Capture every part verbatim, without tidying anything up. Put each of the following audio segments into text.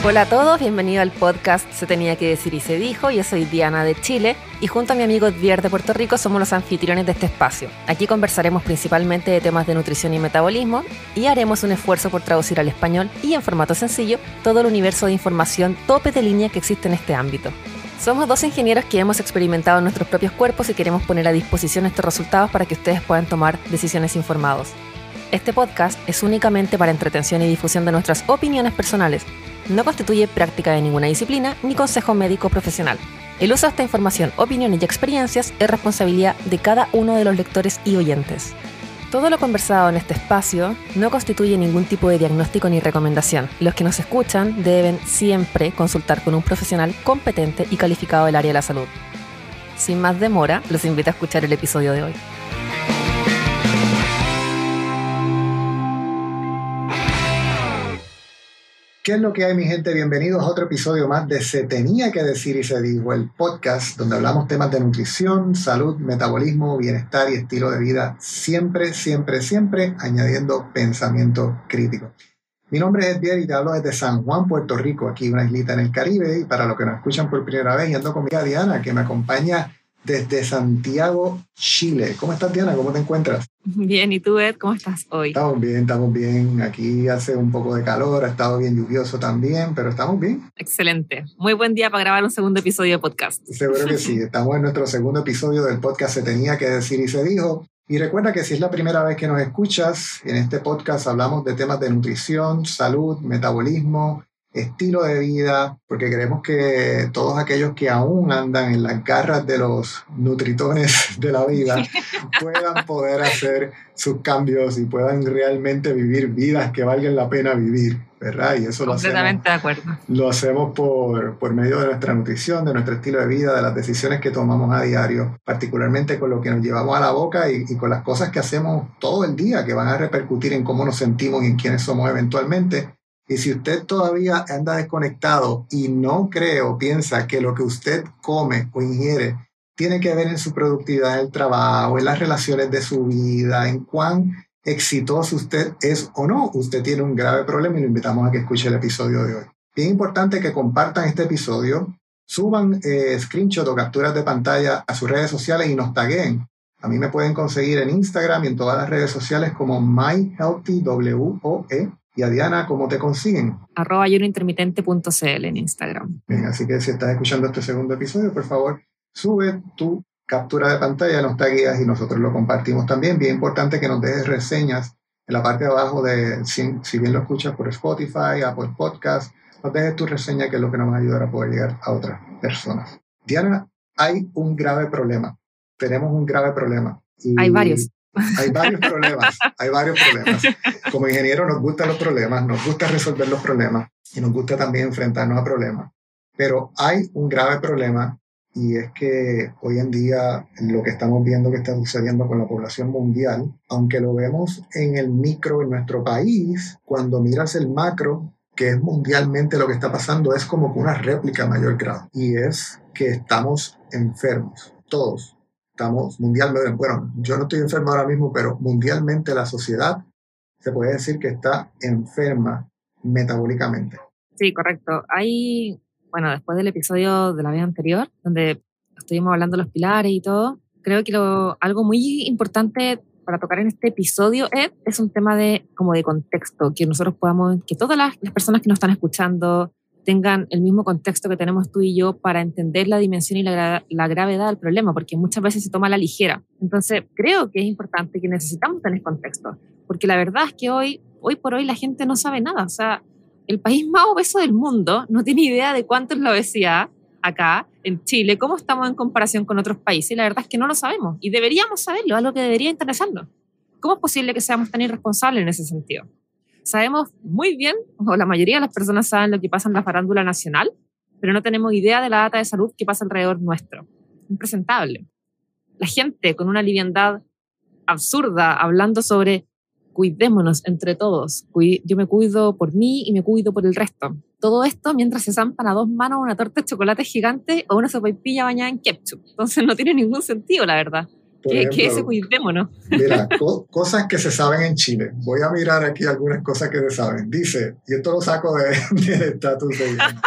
Hola a todos, bienvenido al podcast Se Tenía que Decir y Se Dijo. Yo soy Diana de Chile y junto a mi amigo Edvier de Puerto Rico somos los anfitriones de este espacio. Aquí conversaremos principalmente de temas de nutrición y metabolismo y haremos un esfuerzo por traducir al español y en formato sencillo todo el universo de información tope de línea que existe en este ámbito. Somos dos ingenieros que hemos experimentado en nuestros propios cuerpos y queremos poner a disposición estos resultados para que ustedes puedan tomar decisiones informados. Este podcast es únicamente para entretención y difusión de nuestras opiniones personales. No constituye práctica de ninguna disciplina ni consejo médico profesional. El uso de esta información, opiniones y experiencias es responsabilidad de cada uno de los lectores y oyentes. Todo lo conversado en este espacio no constituye ningún tipo de diagnóstico ni recomendación. Los que nos escuchan deben siempre consultar con un profesional competente y calificado del área de la salud. Sin más demora, los invito a escuchar el episodio de hoy. ¿Qué es lo que hay, mi gente? Bienvenidos a otro episodio más de Se Tenía que Decir y Se Dijo, el podcast donde hablamos temas de nutrición, salud, metabolismo, bienestar y estilo de vida, siempre, siempre, siempre añadiendo pensamiento crítico. Mi nombre es Edvier y te hablo desde San Juan, Puerto Rico, aquí una islita en el Caribe, y para los que nos escuchan por primera vez, y ando con mi amiga Diana, que me acompaña desde Santiago, Chile. ¿Cómo estás, Diana? ¿Cómo te encuentras? Bien, ¿y tú, Ed? ¿Cómo estás hoy? Estamos bien, estamos bien. Aquí hace un poco de calor, ha estado bien lluvioso también, pero estamos bien. Excelente. Muy buen día para grabar un segundo episodio de podcast. Seguro que sí. Estamos en nuestro segundo episodio del podcast Se Tenía que Decir y Se Dijo. Y recuerda que si es la primera vez que nos escuchas, en este podcast hablamos de temas de nutrición, salud, metabolismo, estilo de vida, porque queremos que todos aquellos que aún andan en las garras de los nutritones de la vida puedan poder hacer sus cambios y puedan realmente vivir vidas que valgan la pena vivir, ¿verdad? Y eso lo hacemos, completamente de acuerdo. Lo hacemos por, por medio de nuestra nutrición, de nuestro estilo de vida, de las decisiones que tomamos a diario, particularmente con lo que nos llevamos a la boca y, y con las cosas que hacemos todo el día, que van a repercutir en cómo nos sentimos y en quiénes somos eventualmente. Y si usted todavía anda desconectado y no cree o piensa que lo que usted come o ingiere tiene que ver en su productividad en el trabajo, en las relaciones de su vida, en cuán exitoso usted es o no, usted tiene un grave problema y lo invitamos a que escuche el episodio de hoy. Bien importante que compartan este episodio, suban eh, screenshots o capturas de pantalla a sus redes sociales y nos tagueen. A mí me pueden conseguir en Instagram y en todas las redes sociales como myhealthywoe. Y a Diana, ¿cómo te consiguen? Arroba ayunointermitente punto c l en Instagram. Bien, así que si estás escuchando este segundo episodio, por favor, sube tu captura de pantalla, nos tagueas y nosotros lo compartimos también. Bien importante que nos dejes reseñas en la parte de abajo, de si, si bien lo escuchas por Spotify, Apple Podcast, nos dejes tu reseña, que es lo que nos va a ayudar a poder llegar a otras personas. Diana, hay un grave problema. Tenemos un grave problema. Y hay varios. Hay varios problemas, hay varios problemas. Como ingeniero nos gustan los problemas, nos gusta resolver los problemas y nos gusta también enfrentarnos a problemas. Pero hay un grave problema y es que hoy en día lo que estamos viendo que está sucediendo con la población mundial, aunque lo vemos en el micro en nuestro país, cuando miras el macro, que es mundialmente lo que está pasando, es como que una réplica a mayor grado. Y es que estamos enfermos, todos. Estamos mundialmente, bueno, yo no estoy enfermo ahora mismo, pero mundialmente la sociedad se puede decir que está enferma metabólicamente. Sí, correcto. Hay, bueno, después del episodio de la vez anterior, donde estuvimos hablando de los pilares y todo, creo que lo, algo muy importante para tocar en este episodio Ed, es un tema de, como de contexto, que nosotros podamos, que todas las, las personas que nos están escuchando tengan el mismo contexto que tenemos tú y yo para entender la dimensión y la, la gravedad del problema, porque muchas veces se toma a la ligera. Entonces, creo que es importante que necesitamos tener contexto, porque la verdad es que hoy, hoy por hoy la gente no sabe nada. O sea, el país más obeso del mundo no tiene idea de cuánto es la obesidad acá, en Chile, cómo estamos en comparación con otros países, y la verdad es que no lo sabemos, y deberíamos saberlo, algo que debería interesarnos. ¿Cómo es posible que seamos tan irresponsables en ese sentido? Sabemos muy bien, o la mayoría de las personas saben lo que pasa en la farándula nacional, pero no tenemos idea de la data de salud que pasa alrededor nuestro. Impresentable. La gente con una liviandad absurda hablando sobre cuidémonos entre todos, yo me cuido por mí y me cuido por el resto. Todo esto mientras se zampan a dos manos una torta de chocolate gigante o una sopaipilla bañada en ketchup. Entonces no tiene ningún sentido, la verdad. Por ¿Qué, ejemplo, ¿Qué es ese cuidémonos? Mira, co cosas que se saben en Chile. Voy a mirar aquí algunas cosas que se saben. Dice, y esto lo saco de, del estatus de Iván.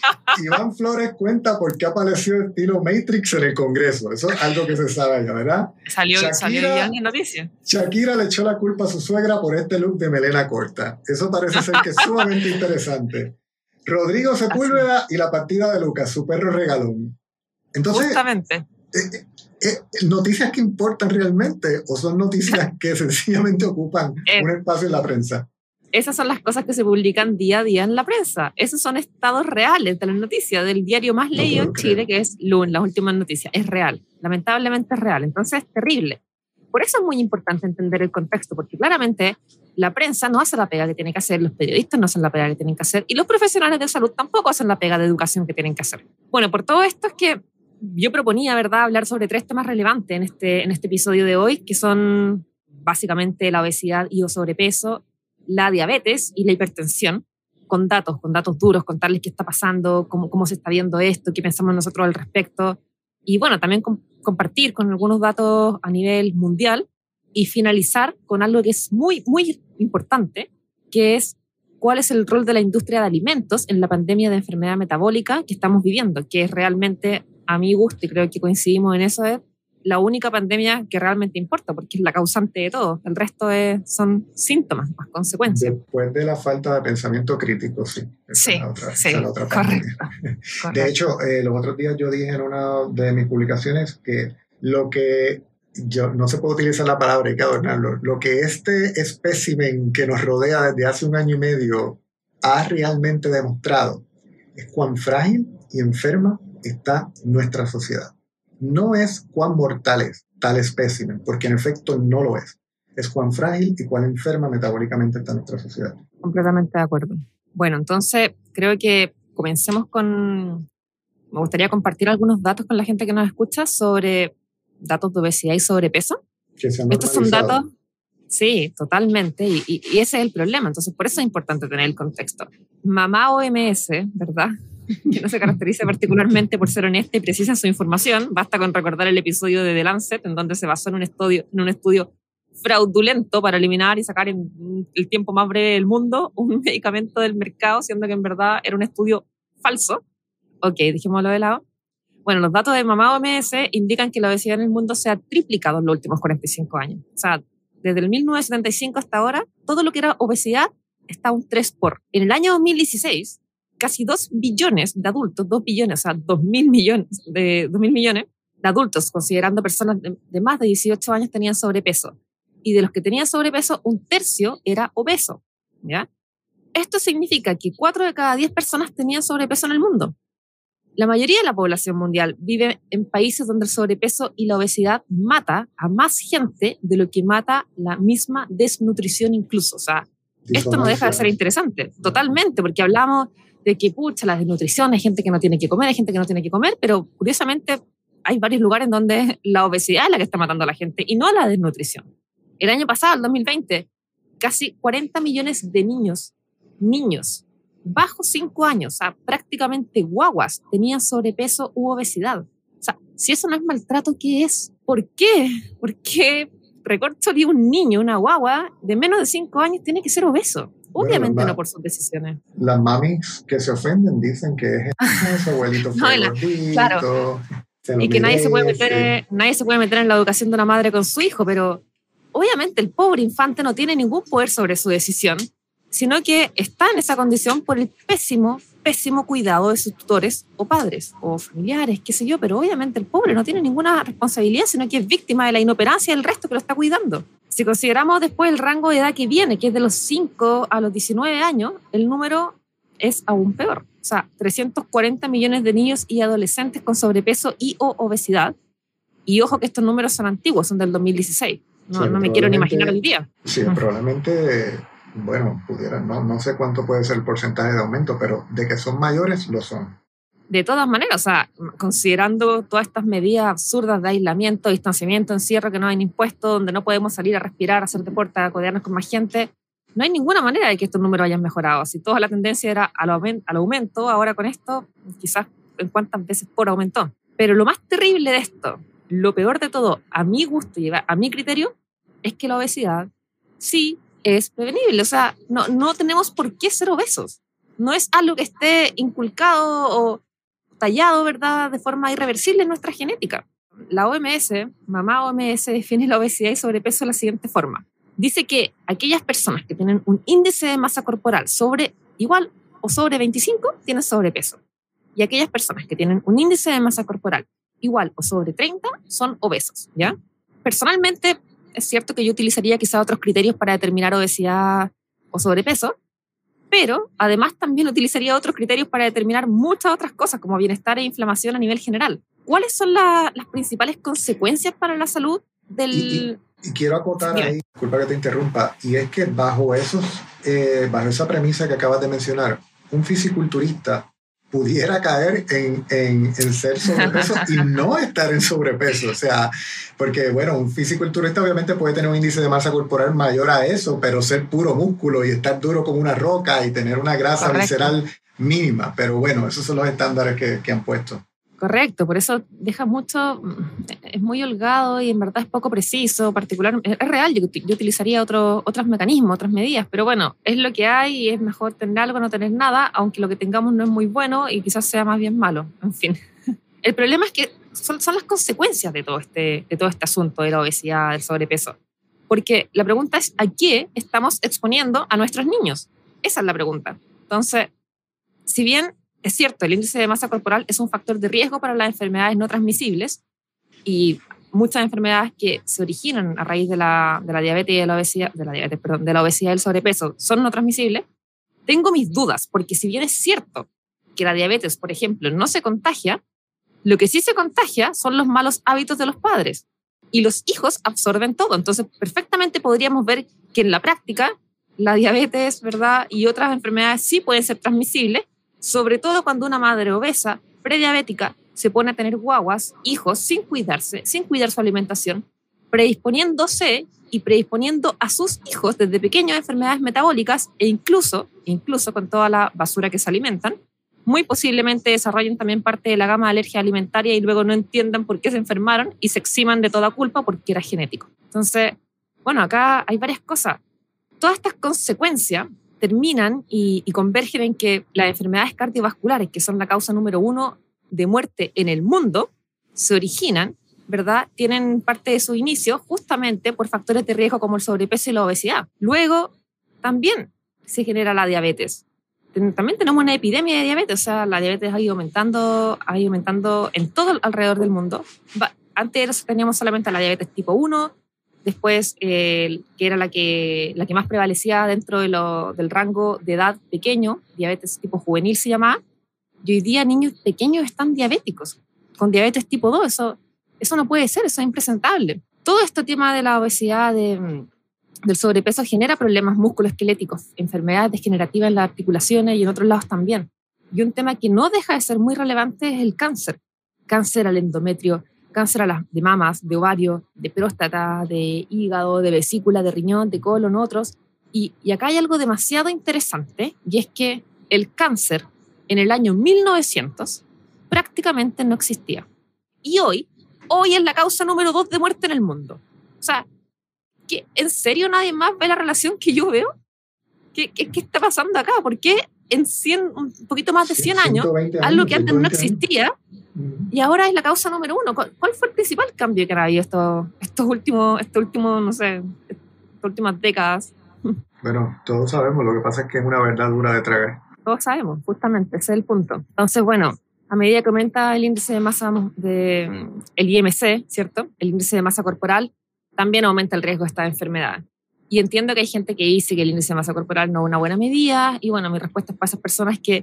Iván Flores cuenta por qué apareció estilo Matrix en el Congreso. Eso es algo que se sabe allá, ¿verdad? Salió, Shakira, salió ya en la noticia. Shakira le echó la culpa a su suegra por este look de melena corta. Eso parece ser que es sumamente interesante. Rodrigo Sepúlveda y la partida de Lucas, su perro regalón. Entonces, justamente. Eh, eh, ¿noticias que importan realmente o son noticias que sencillamente ocupan eh, un espacio en la prensa? Esas son las cosas que se publican día a día en la prensa. Esos son estados reales de las noticias, del diario más leído no en Chile, que es L U N, las últimas noticias. Es real, lamentablemente es real. Entonces es terrible. Por eso es muy importante entender el contexto, porque claramente la prensa no hace la pega que tiene que hacer, los periodistas no hacen la pega que tienen que hacer y los profesionales de salud tampoco hacen la pega de educación que tienen que hacer. Bueno, por todo esto es que yo proponía, ¿verdad?, hablar sobre tres temas relevantes en este, en este episodio de hoy, que son básicamente la obesidad y o sobrepeso, la diabetes y la hipertensión, con datos, con datos duros, contarles qué está pasando, cómo, cómo se está viendo esto, qué pensamos nosotros al respecto, y bueno, también com- compartir con algunos datos a nivel mundial y finalizar con algo que es muy, muy importante, que es cuál es el rol de la industria de alimentos en la pandemia de enfermedad metabólica que estamos viviendo, que es realmente, a mi gusto, y creo que coincidimos en eso, es la única pandemia que realmente importa, porque es la causante de todo. El resto es, son síntomas, más consecuencias. Después de la falta de pensamiento crítico, sí. Esa sí, es la otra, sí, esa es la otra correcto, correcto. De hecho, eh, los otros días yo dije en una de mis publicaciones que lo que, yo no se puede utilizar la palabra, hay que adornarlo, lo que este espécimen que nos rodea desde hace un año y medio ha realmente demostrado es cuán frágil y enferma está nuestra sociedad. No es cuán mortal es tal espécimen, porque en efecto no lo es. Es cuán frágil y cuán enferma metabólicamente está nuestra sociedad. Completamente de acuerdo. Bueno, entonces creo que comencemos con... Me gustaría compartir algunos datos con la gente que nos escucha sobre datos de obesidad y sobrepeso. Que se han Estos son normalizado. datos... Sí, totalmente, y, y, y ese es el problema. Entonces, por eso es importante tener el contexto. Mamá O M S, ¿verdad?, que no se caracteriza particularmente por ser honesta y precisa en su información. Basta con recordar el episodio de The Lancet, en donde se basó en un estudio, en un estudio fraudulento para eliminar y sacar en el tiempo más breve del mundo un medicamento del mercado, siendo que en verdad era un estudio falso. Ok, dejémoslo de lado. Bueno, los datos de Mamá O M S indican que la obesidad en el mundo se ha triplicado en los últimos cuarenta y cinco años. O sea, desde el mil novecientos setenta y cinco hasta ahora, todo lo que era obesidad está un tres por. En el año dos mil dieciséis, casi dos billones de adultos, dos billones, o sea, dos mil millones de, dos mil millones de adultos, considerando personas de, de más de dieciocho años, tenían sobrepeso. Y de los que tenían sobrepeso, un tercio era obeso, ¿ya? Esto significa que cuatro de cada diez personas tenían sobrepeso en el mundo. La mayoría de la población mundial vive en países donde el sobrepeso y la obesidad mata a más gente de lo que mata la misma desnutrición incluso. O sea, esto no deja de ser interesante, totalmente, porque hablamos de que, pucha, la desnutrición, hay gente que no tiene que comer, hay gente que no tiene que comer, pero curiosamente hay varios lugares en donde la obesidad es la que está matando a la gente y no la desnutrición. El año pasado, el dos mil veinte, casi cuarenta millones de niños, niños, bajo cinco años, o sea, prácticamente guaguas, tenían sobrepeso u obesidad. O sea, si eso no es maltrato, ¿qué es? ¿Por qué? ¿Por qué, recorchoли, un niño, una guagua de menos de cinco años tiene que ser obeso? Obviamente bueno, no por sus decisiones. Las mamis que se ofenden dicen que es ese abuelito fue no, gordito. Claro. Y que nadie se, puede meter, nadie se puede meter en la educación de una madre con su hijo, pero obviamente el pobre infante no tiene ningún poder sobre su decisión, sino que está en esa condición por el pésimo, pésimo cuidado de sus tutores o padres o familiares, qué sé yo, pero obviamente el pobre no tiene ninguna responsabilidad, sino que es víctima de la inoperancia del resto que lo está cuidando. Si consideramos después el rango de edad que viene, que es de los cinco a los diecinueve años, el número es aún peor. O sea, trescientos cuarenta millones de niños y adolescentes con sobrepeso y o obesidad. Y ojo que estos números son antiguos, son del dos mil dieciséis. No, sí, no me quiero ni imaginar el día. Sí, uh-huh. probablemente... Bueno, pudiera, no, no sé cuánto puede ser el porcentaje de aumento, pero de que son mayores, lo son. De todas maneras, o sea, considerando todas estas medidas absurdas de aislamiento, distanciamiento, encierro, que no hay impuestos, donde no podemos salir a respirar, a hacer deporte, a codearnos con más gente, no hay ninguna manera de que estos números hayan mejorado. Si toda la tendencia era al aumento, al aumento, ahora con esto, quizás en cuántas veces por aumentó. Pero lo más terrible de esto lo peor de todo, a mi gusto y a mi criterio, es que la obesidad sí es prevenible. O sea, no, no tenemos por qué ser obesos. No es algo que esté inculcado o tallado, ¿verdad?, de forma irreversible en nuestra genética. La O M S, mamá O M S, define la obesidad y sobrepeso de la siguiente forma. Dice que aquellas personas que tienen un índice de masa corporal sobre igual o sobre veinticinco tienen sobrepeso. Y aquellas personas que tienen un índice de masa corporal igual o sobre treinta son obesos, ¿ya? Personalmente, es cierto que yo utilizaría quizá otros criterios para determinar obesidad o sobrepeso, pero además también utilizaría otros criterios para determinar muchas otras cosas, como bienestar e inflamación a nivel general. ¿Cuáles son la, las principales consecuencias para la salud del...? Y, y, y quiero acotar sí, ahí, disculpa que te interrumpa, y es que bajo, esos, eh, bajo esa premisa que acabas de mencionar, un fisiculturista pudiera caer en, en, en ser sobrepeso y no estar en sobrepeso. O sea, porque, bueno, un fisiculturista obviamente puede tener un índice de masa corporal mayor a eso, pero ser puro músculo y estar duro como una roca y tener una grasa Correcto. visceral mínima. Pero bueno, esos son los estándares que, que han puesto. Correcto, por eso deja mucho, es muy holgado y en verdad es poco preciso, particular, es real, yo, yo utilizaría otro, otros mecanismos, otras medidas, pero bueno, es lo que hay y es mejor tener algo, no tener nada, aunque lo que tengamos no es muy bueno y quizás sea más bien malo, en fin. El problema es que son, son las consecuencias de todo, este, de todo este asunto de la obesidad, del sobrepeso, porque la pregunta es ¿a qué estamos exponiendo a nuestros niños? Esa es la pregunta. Entonces, si bien es cierto, el índice de masa corporal es un factor de riesgo para las enfermedades no transmisibles y muchas enfermedades que se originan a raíz de la, de la diabetes y de la obesidad, de la diabetes, perdón, de la obesidad y el sobrepeso son no transmisibles. Tengo mis dudas, porque si bien es cierto que la diabetes, por ejemplo, no se contagia, lo que sí se contagia son los malos hábitos de los padres y los hijos absorben todo. Entonces, perfectamente podríamos ver que en la práctica la diabetes, ¿verdad?, y otras enfermedades sí pueden ser transmisibles, sobre todo cuando una madre obesa, prediabética, se pone a tener guaguas, hijos, sin cuidarse, sin cuidar su alimentación, predisponiéndose y predisponiendo a sus hijos desde pequeños a enfermedades metabólicas e incluso, incluso con toda la basura que se alimentan, muy posiblemente desarrollen también parte de la gama de alergia alimentaria y luego no entiendan por qué se enfermaron y se eximan de toda culpa porque era genético. Entonces, bueno, acá hay varias cosas. Todas estas consecuencias terminan y, y convergen en que las enfermedades cardiovasculares, que son la causa número uno de muerte en el mundo, se originan, ¿verdad?, tienen parte de su inicio justamente por factores de riesgo como el sobrepeso y la obesidad. Luego, también se genera la diabetes. También tenemos una epidemia de diabetes, o sea, la diabetes ha ido aumentando, ha ido aumentando en todo alrededor del mundo. Antes teníamos solamente la diabetes tipo uno, después, eh, que era la que, la que más prevalecía dentro de lo, del rango de edad pequeño, diabetes tipo juvenil se llamaba, y hoy día niños pequeños están diabéticos, con diabetes tipo dos, eso, eso no puede ser, eso es impresentable. Todo este tema de la obesidad, de, del sobrepeso, genera problemas musculoesqueléticos, enfermedades degenerativas en las articulaciones y en otros lados también. Y un tema que no deja de ser muy relevante es el cáncer, cáncer al endometrio, cáncer a las, de mamas, de ovario, de próstata, de hígado, de vesícula, de riñón, de colon, otros. Y, y acá hay algo demasiado interesante, y es que el cáncer en el año mil novecientos prácticamente no existía. Y hoy, hoy es la causa número dos de muerte en el mundo. O sea, ¿qué, ¿en serio nadie más ve la relación que yo veo? ¿Qué, qué, qué está pasando acá? ¿Por qué en cien, un poquito más de cien años, algo que antes no existía, y ahora es la causa número uno? ¿Cuál, cuál fue el principal cambio que ha habido estos, estos últimos, estos últimos, no sé, estas últimas décadas? Bueno, todos sabemos, lo que pasa es que es una verdad dura de tragar. Todos sabemos, justamente, ese es el punto. Entonces, bueno, a medida que aumenta el índice de masa, de, el I M C, ¿cierto?, el índice de masa corporal, también aumenta el riesgo de esta enfermedad. Y entiendo que hay gente que dice que el índice de masa corporal no es una buena medida, y bueno, mi respuesta es para esas personas que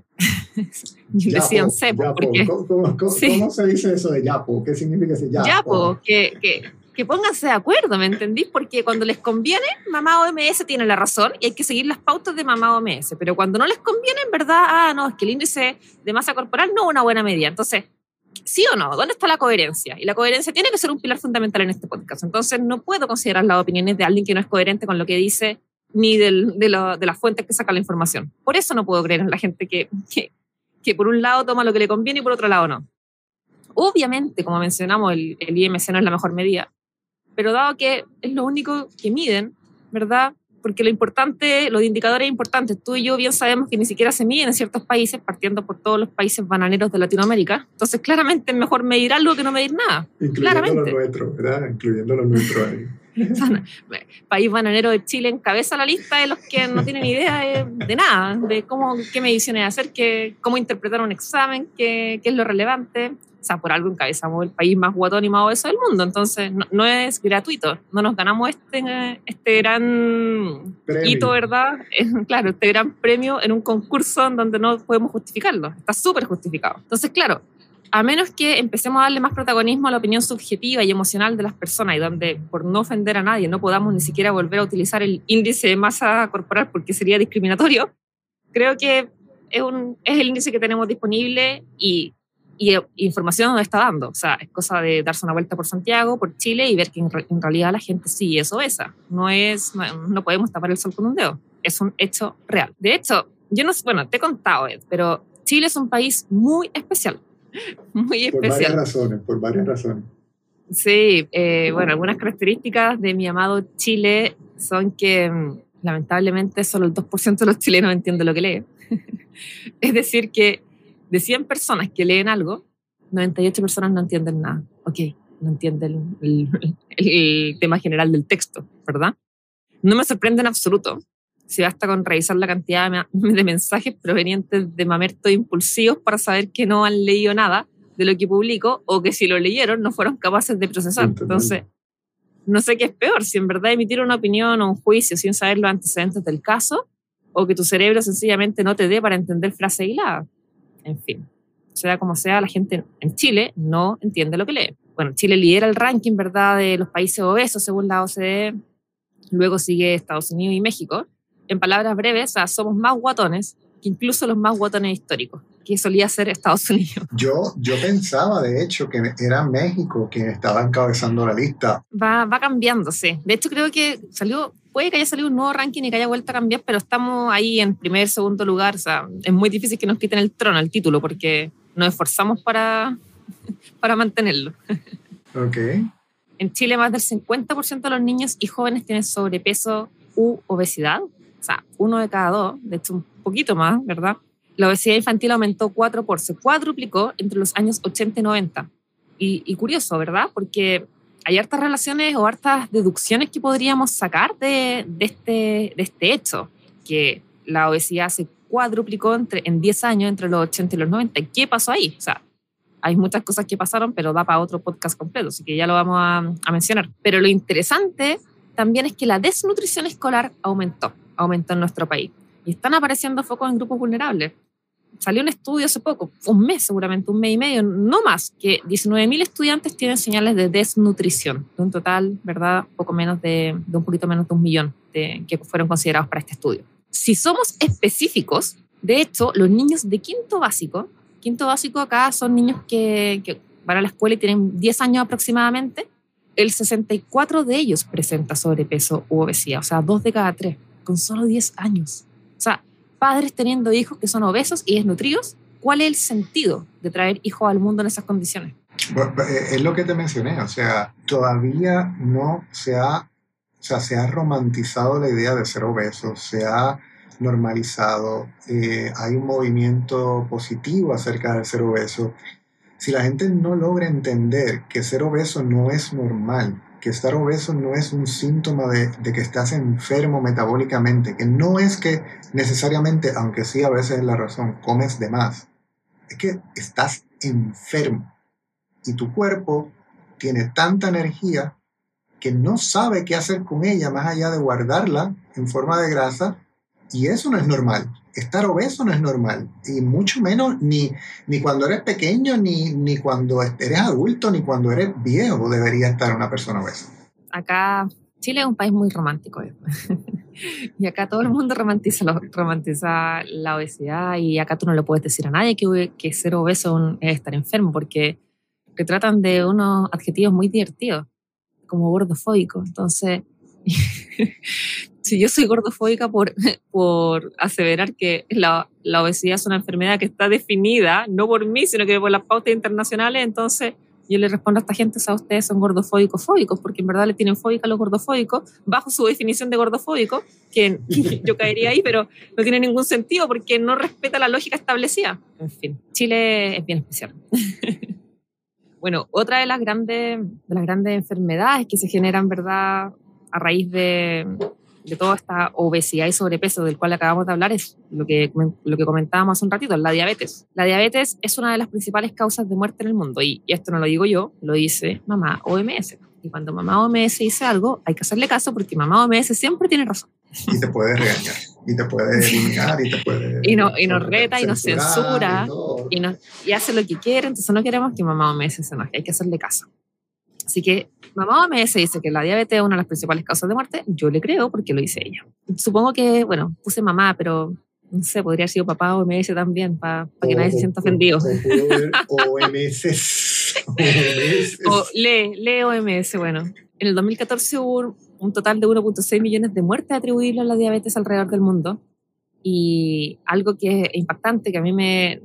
decían cepo. Porque, ¿Cómo, cómo, cómo, sí. ¿Cómo se dice eso de yapo? ¿Qué significa ese yapo? Yapo, que, que, que pónganse de acuerdo, ¿me entendís? Porque cuando les conviene, mamá O M S tiene la razón y hay que seguir las pautas de mamá O M S, pero cuando no les conviene, en verdad, ah, no, es que el índice de masa corporal no es una buena medida. Entonces, ¿sí o no? ¿Dónde está la coherencia? Y la coherencia tiene que ser un pilar fundamental en este podcast. Entonces, no puedo considerar las opiniones de alguien que no es coherente con lo que dice ni del, de, lo, de las fuentes que saca la información. Por eso no puedo creer en la gente que, que, que por un lado toma lo que le conviene y por otro lado no. obviamente, como mencionamos, el, el I M C no es la mejor medida, pero dado que es lo único que miden, ¿verdad? Porque lo importante, los indicadores importantes, tú y yo bien sabemos que ni siquiera se miden en ciertos países, partiendo por todos los países bananeros de Latinoamérica. Entonces, claramente es mejor medir algo que no medir nada. Incluyendo claramente. los nuestros, ¿verdad? Incluyendo los nuestros ahí. País bananero de Chile encabeza la lista de los que no tienen idea de, de nada, de cómo, qué mediciones hacer, qué, cómo interpretar un examen, qué, qué es lo relevante. O sea, por algo encabezamos el país más guatón y más obeso del mundo, entonces no, no es gratuito, no nos ganamos este, este gran premio. Hito, ¿verdad? Claro, este gran premio en un concurso en donde no podemos justificarlo, está súper justificado. Entonces, claro, a menos que empecemos a darle más protagonismo a la opinión subjetiva y emocional de las personas y donde, por no ofender a nadie, no podamos ni siquiera volver a utilizar el índice de masa corporal porque sería discriminatorio, creo que es, un, es el índice que tenemos disponible y, y, y información nos está dando. O sea, es cosa de darse una vuelta por Santiago, por Chile y ver que en, en realidad la gente sí es obesa. No, es, no, no podemos tapar el sol con un dedo. Es un hecho real. De hecho, yo no sé, bueno, te he contado, Ed, pero Chile es un país muy especial. Muy especial. Por varias razones, por varias razones. Sí, eh, bueno, algunas características de mi amado Chile son que lamentablemente solo el dos por ciento de los chilenos entiende lo que lee. Es decir, que de cien personas que leen algo, noventa y ocho personas no entienden nada. Ok, no entienden el, el, el tema general del texto, ¿verdad? No me sorprende en absoluto. Si basta con revisar la cantidad de mensajes provenientes de mamertos impulsivos para saber que no han leído nada de lo que publico o que si lo leyeron no fueron capaces de procesar. Entonces, no sé qué es peor, si en verdad emitir una opinión o un juicio sin saber los antecedentes del caso o que tu cerebro sencillamente no te dé para entender frase hilada. En fin, sea como sea, la gente en Chile no entiende lo que lee. Bueno, Chile lidera el ranking, ¿verdad?, de los países obesos según la O C D E. Luego sigue Estados Unidos y México. En palabras breves, o sea, somos más guatones que incluso los más guatones históricos, que solía ser Estados Unidos. Yo, yo pensaba, de hecho, que era México quien estaba encabezando la lista. Va, va cambiando, sí. De hecho, creo que salió, puede que haya salido un nuevo ranking y que haya vuelto a cambiar, pero estamos ahí en primer, segundo lugar. O sea, es muy difícil que nos quiten el trono, el título, porque nos esforzamos para, para mantenerlo. Ok. En Chile, más del cincuenta por ciento de los niños y jóvenes tienen sobrepeso u obesidad. O sea, uno de cada dos, de hecho un poquito más, ¿verdad? La obesidad infantil aumentó cuatro por, se cuadruplicó entre los años ochenta y noventa. Y, y curioso, ¿verdad? Porque hay hartas relaciones o hartas deducciones que podríamos sacar de, de, este, de este hecho, que la obesidad se cuadruplicó entre, en diez años entre los ochenta y los noventa. ¿Y qué pasó ahí? O sea, hay muchas cosas que pasaron, pero da para otro podcast completo, así que ya lo vamos a, a mencionar. Pero lo interesante también es que la desnutrición escolar aumentó, aumentó en nuestro país. Y están apareciendo focos en grupos vulnerables. Salió un estudio hace poco, un mes seguramente, un mes y medio, no más, que diecinueve mil estudiantes tienen señales de desnutrición, de un total, ¿verdad?, poco menos de, de un poquito menos de un millón de, que fueron considerados para este estudio. Si somos específicos, de hecho, los niños de quinto básico, quinto básico acá son niños que, que van a la escuela y tienen diez años aproximadamente, el sesenta y cuatro de ellos presenta sobrepeso u obesidad, o sea, dos de cada tres, con solo diez años. O sea, padres teniendo hijos que son obesos y desnutridos, ¿cuál es el sentido de traer hijos al mundo en esas condiciones? Bueno, es lo que te mencioné, o sea, todavía no se ha, o sea, se ha romantizado la idea de ser obeso, se ha normalizado, eh, hay un movimiento positivo acerca de ser obeso. Si la gente no logra entender que ser obeso no es normal, que estar obeso no es un síntoma de, de que estás enfermo metabólicamente, que no es que necesariamente, aunque sí a veces es la razón, comes de más, es que estás enfermo y tu cuerpo tiene tanta energía que no sabe qué hacer con ella más allá de guardarla en forma de grasa, y eso no es normal. Estar obeso no es normal, y mucho menos ni, ni cuando eres pequeño, ni, ni cuando eres adulto, ni cuando eres viejo debería estar una persona obesa. Acá, Chile es un país muy romántico, ¿eh? Y acá todo el mundo romantiza, lo, romantiza la obesidad, y acá tú no le puedes decir a nadie que, que ser obeso es estar enfermo, porque te tratan de unos adjetivos muy divertidos, como gordofóbico. Entonces, Si yo soy gordofóbica por, por aseverar que la, la obesidad es una enfermedad que está definida, no por mí, sino que por las pautas internacionales, entonces yo le respondo a esta gente, o sea, ustedes son gordofóbicos fóbicos, porque en verdad le tienen fóbica a los gordofóbicos, bajo su definición de gordofóbico, que yo caería ahí, pero no tiene ningún sentido porque no respeta la lógica establecida. En fin, Chile es bien especial. Bueno, otra de las grandes, de las grandes enfermedades que se generan, ¿verdad?, a raíz de, de toda esta obesidad y sobrepeso del cual acabamos de hablar es lo que, lo que comentábamos hace un ratito, la diabetes. La diabetes es una de las principales causas de muerte en el mundo y, y esto no lo digo yo, lo dice mamá O M S. Y cuando mamá O M S dice algo, hay que hacerle caso porque mamá O M S siempre tiene razón. Y te puede regañar, y te puede eliminar, y te puede... y, no, y nos reta, y nos censura, y, y, nos, y hace lo que quiere, entonces no queremos que mamá O M S se enoje, hay que hacerle caso. Así que mamá O M S dice que la diabetes es una de las principales causas de muerte. Yo le creo porque lo dice ella. Supongo que, bueno, puse mamá, pero no sé, podría haber sido papá O M S también para pa que o, nadie se sienta ofendido. O M S. O lee, lee O M S. Bueno, en el dos mil catorce hubo un total de uno punto seis millones de muertes atribuibles a la diabetes alrededor del mundo. Y algo que es impactante, que a mí me,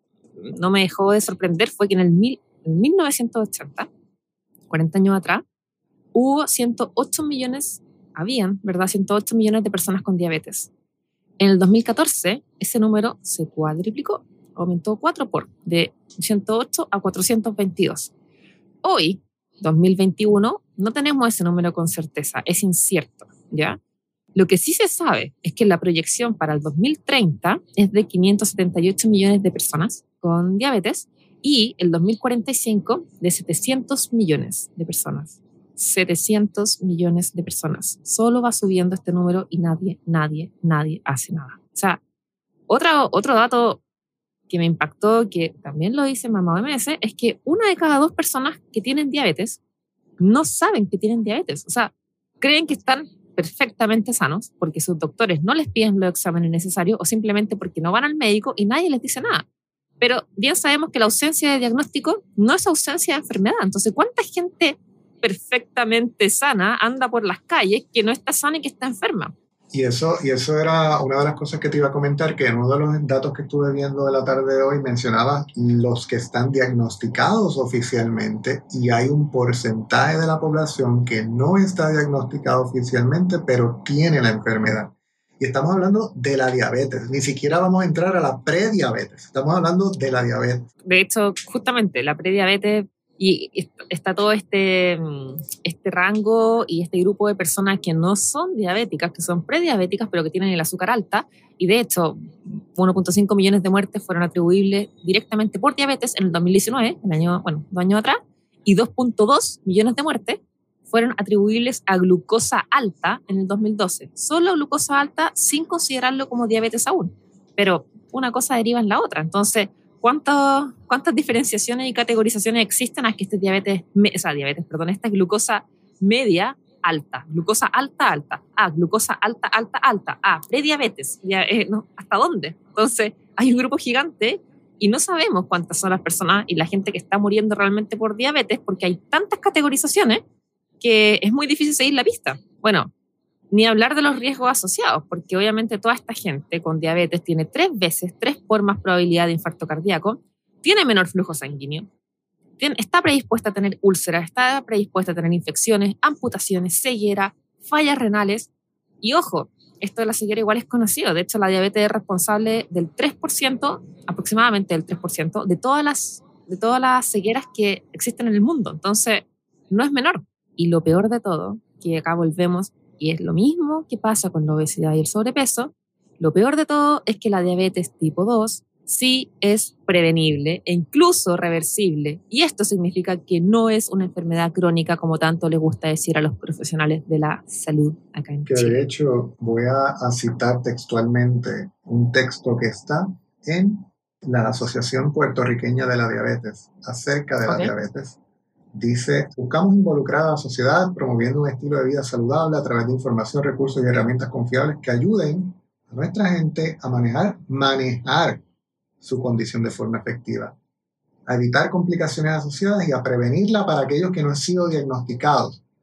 no me dejó de sorprender, fue que en el mil, en mil novecientos ochenta, cuarenta años atrás, hubo ciento ocho millones, habían, ¿verdad? ciento ocho millones de personas con diabetes. En el dos mil catorce, ese número se cuadriplicó, aumentó cuatro por, de ciento ocho a cuatrocientos veintidós. Hoy, dos mil veintiuno, no tenemos ese número con certeza, es incierto, ¿ya? Lo que sí se sabe es que la proyección para el dos mil treinta es de quinientos setenta y ocho millones de personas con diabetes, y el dos mil cuarenta y cinco de setecientos millones de personas. setecientos millones de personas. Solo va subiendo este número y nadie, nadie, nadie hace nada. O sea, otro, otro dato que me impactó, que también lo dice mamá O M S, es que una de cada dos personas que tienen diabetes no saben que tienen diabetes. O sea, creen que están perfectamente sanos porque sus doctores no les piden los exámenes necesarios o simplemente porque no van al médico y nadie les dice nada. Pero bien sabemos que la ausencia de diagnóstico no es ausencia de enfermedad. Entonces, ¿cuánta gente perfectamente sana anda por las calles que no está sana y que está enferma? Y eso, y eso era una de las cosas que te iba a comentar, que en uno de los datos que estuve viendo de la tarde de hoy mencionaba los que están diagnosticados oficialmente, y hay un porcentaje de la población que no está diagnosticado oficialmente, pero tiene la enfermedad. Y estamos hablando de la diabetes, ni siquiera vamos a entrar a la prediabetes, estamos hablando de la diabetes. De hecho, justamente la prediabetes, y está todo este, este rango y este grupo de personas que no son diabéticas, que son prediabéticas, pero que tienen el azúcar alta, y de hecho uno punto cinco millones de muertes fueron atribuibles directamente por diabetes en el dos mil diecinueve, el año, bueno, dos años atrás, y dos punto dos millones de muertes fueron atribuibles a glucosa alta en el dos mil doce. Solo glucosa alta sin considerarlo como diabetes aún. Pero una cosa deriva en la otra. Entonces, ¿cuántas, cuántas diferenciaciones y categorizaciones existen a que este diabetes, o sea, diabetes, perdón, esta glucosa media alta, glucosa alta alta, ah, glucosa alta alta alta, ah, prediabetes, ya, eh, no, ¿hasta dónde? Entonces, hay un grupo gigante y no sabemos cuántas son las personas y la gente que está muriendo realmente por diabetes porque hay tantas categorizaciones que es muy difícil seguir la pista. Bueno, ni hablar de los riesgos asociados, porque obviamente toda esta gente con diabetes tiene tres veces, tres por más probabilidad de infarto cardíaco, tiene menor flujo sanguíneo, tiene, está predispuesta a tener úlceras, está predispuesta a tener infecciones, amputaciones, ceguera, fallas renales. Y ojo, esto de la ceguera igual es conocido. De hecho, la diabetes es responsable del tres por ciento, aproximadamente del tres por ciento, de todas las, de todas las cegueras que existen en el mundo. Entonces, no es menor. Y lo peor de todo, que acá volvemos, y es lo mismo que pasa con la obesidad y el sobrepeso, lo peor de todo es que la diabetes tipo dos sí es prevenible e incluso reversible. Y esto significa que no es una enfermedad crónica como tanto les gusta decir a los profesionales de la salud acá en que Chile. De hecho, voy a, a citar textualmente un texto que está en la Asociación Puertorriqueña de la Diabetes acerca de Okay. la diabetes. Dice, buscamos involucrar a la sociedad promoviendo un estilo de vida saludable a través de información, recursos y herramientas confiables que ayuden a nuestra gente a manejar, manejar su condición de forma efectiva, a evitar complicaciones asociadas y a prevenirla para aquellos que no han sido diagnosticados,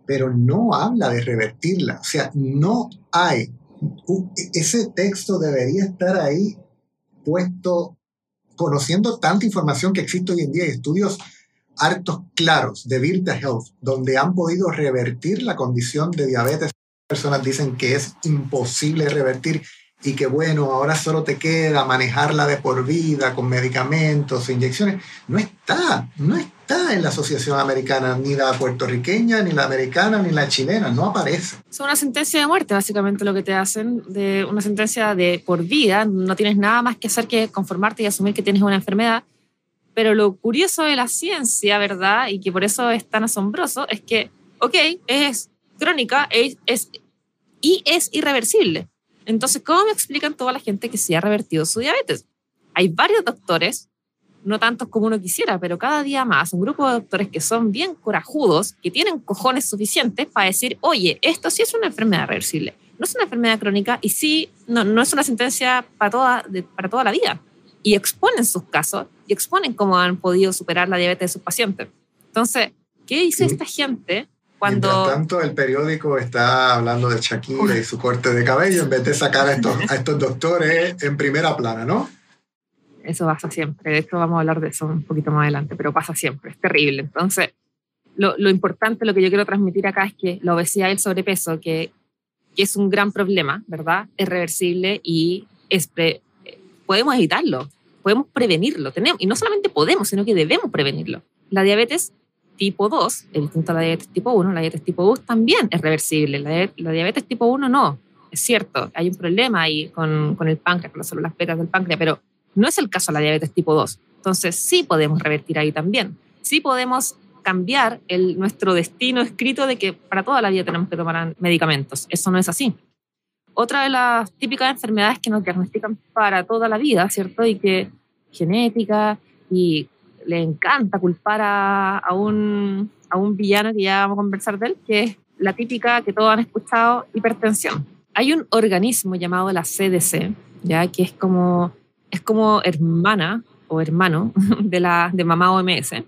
pero no habla de revertirla. O sea, no hay. Ese texto debería estar ahí puesto, conociendo tanta información que existe hoy en día y estudios hartos claros de Virta Health, donde han podido revertir la condición de diabetes. Personas dicen que es imposible revertir y que bueno, ahora solo te queda manejarla de por vida con medicamentos e inyecciones. No está, no está en la Asociación Americana, ni la puertorriqueña, ni la americana, ni la chilena, no aparece. Es una sentencia de muerte, básicamente lo que te hacen, de una sentencia de por vida, no tienes nada más que hacer que conformarte y asumir que tienes una enfermedad. Pero lo curioso de la ciencia, ¿verdad? Y que por eso es tan asombroso, es que, ok, es crónica es, es, y es irreversible. Entonces, ¿cómo me explican toda la gente que sí ha revertido su diabetes? Hay varios doctores, no tantos como uno quisiera, pero cada día más, un grupo de doctores que son bien corajudos, que tienen cojones suficientes para decir, oye, esto sí es una enfermedad reversible, no es una enfermedad crónica y sí, no, no es una sentencia para toda, de, para toda la vida. Y exponen sus casos y exponen cómo han podido superar la diabetes de sus pacientes. Entonces, ¿qué dice sí. esta gente? Cuando... Mientras tanto, el periódico está hablando de Shakira y su corte de cabello en vez de sacar a estos, a estos doctores en primera plana, ¿no? Eso pasa siempre. De hecho, vamos a hablar de eso un poquito más adelante, pero pasa siempre. Es terrible. Entonces, lo, lo importante, lo que yo quiero transmitir acá es que la obesidad y el sobrepeso, que, que es un gran problema, ¿verdad? Es reversible y es pre, podemos evitarlo, podemos prevenirlo. Tenemos, y no solamente podemos, sino que debemos prevenirlo. La diabetes tipo dos, es distinto a la diabetes tipo uno, la diabetes tipo dos también es reversible, la, la diabetes tipo uno no, es cierto, hay un problema ahí con, con el páncreas, con las células betas del páncreas, pero no es el caso de la diabetes tipo dos, entonces sí podemos revertir ahí también, sí podemos cambiar el, nuestro destino escrito de que para toda la vida tenemos que tomar medicamentos, eso no es así. Otra de las típicas enfermedades que nos diagnostican para toda la vida, ¿cierto? Y que genética y le encanta culpar a, a, un, a un villano que ya vamos a conversar de él, que es la típica que todos han escuchado, hipertensión. Hay un organismo llamado la C D C, ¿ya? Que es como, es como hermana o hermano de, la, de mamá O M S,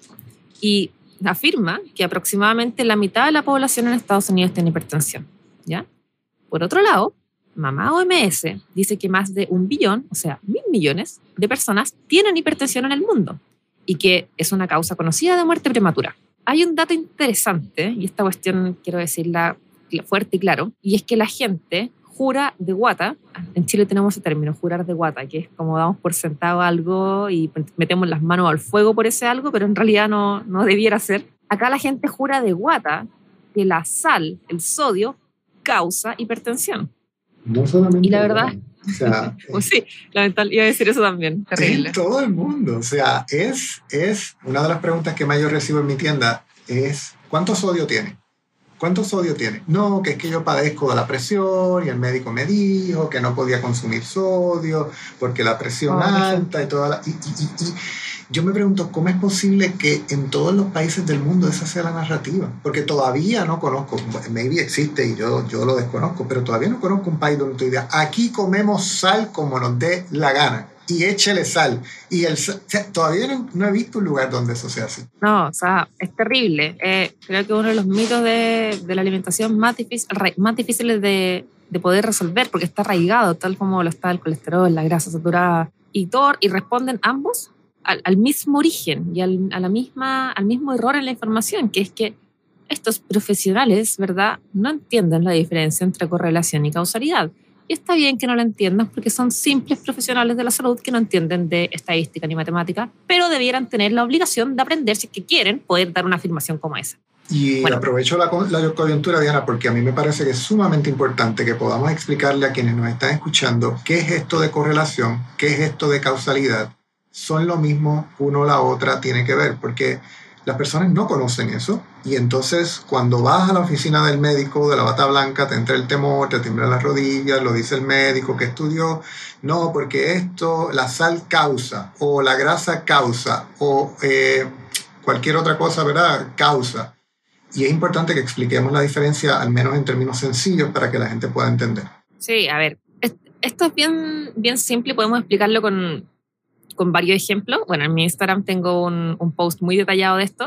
y afirma que aproximadamente la mitad de la población en Estados Unidos tiene hipertensión, ¿ya? Por otro lado, mamá O M S dice que más de un billón, o sea, mil millones de personas tienen hipertensión en el mundo, y que es una causa conocida de muerte prematura. Hay un dato interesante, y esta cuestión quiero decirla fuerte y claro, y es que la gente jura de guata, en Chile tenemos ese término, jurar de guata, que es como damos por sentado algo y metemos las manos al fuego por ese algo, pero en realidad no, no debiera ser. Acá la gente jura de guata que la sal, el sodio, causa hipertensión. No solamente... Y la verdad... O sea, pues sí, lamentablemente iba a decir eso también, terrible. En todo el mundo, o sea, es, es una de las preguntas que más yo recibo en mi tienda es, ¿cuánto sodio tiene? ¿Cuánto sodio tiene? No, que es que yo padezco de la presión y el médico me dijo que no podía consumir sodio porque la presión oh, alta y toda la... Y, y, y, y yo me pregunto, ¿cómo es posible que en todos los países del mundo esa sea la narrativa? Porque todavía no conozco, maybe existe y yo, yo lo desconozco, pero todavía no conozco un país donde tú digas, aquí comemos sal como nos dé la gana y échele sal. Y el, o sea, todavía no, no he visto un lugar donde eso sea así. No, o sea, es terrible. Eh, creo que uno de los mitos de, de la alimentación más, difícil, más difíciles de, de poder resolver, porque está arraigado, tal como lo está el colesterol, la grasa saturada y todo, y responden ambos Al, al mismo origen y al, a la misma, al mismo error en la información, que es que estos profesionales, ¿verdad?, no entienden la diferencia entre correlación y causalidad. Y está bien que no la entiendan porque son simples profesionales de la salud que no entienden de estadística ni matemática, pero debieran tener la obligación de aprender, si es que quieren, poder dar una afirmación como esa. Y bueno. aprovecho la, la coyuntura, Diana, porque a mí me parece que es sumamente importante que podamos explicarle a quienes nos están escuchando qué es esto de correlación, qué es esto de causalidad. Son lo mismo, uno la otra tiene que ver, porque las personas no conocen eso, y entonces cuando vas a la oficina del médico de la bata blanca te entra el temor, te tiemblan las rodillas, lo dice el médico que estudió, no, porque esto, la sal causa, o la grasa causa, o eh, cualquier otra cosa, ¿verdad?, causa. Y es importante que expliquemos la diferencia, al menos en términos sencillos, para que la gente pueda entender. Sí, a ver, esto es bien, bien simple, podemos explicarlo con... con varios ejemplos. Bueno, en mi Instagram tengo un, un post muy detallado de esto,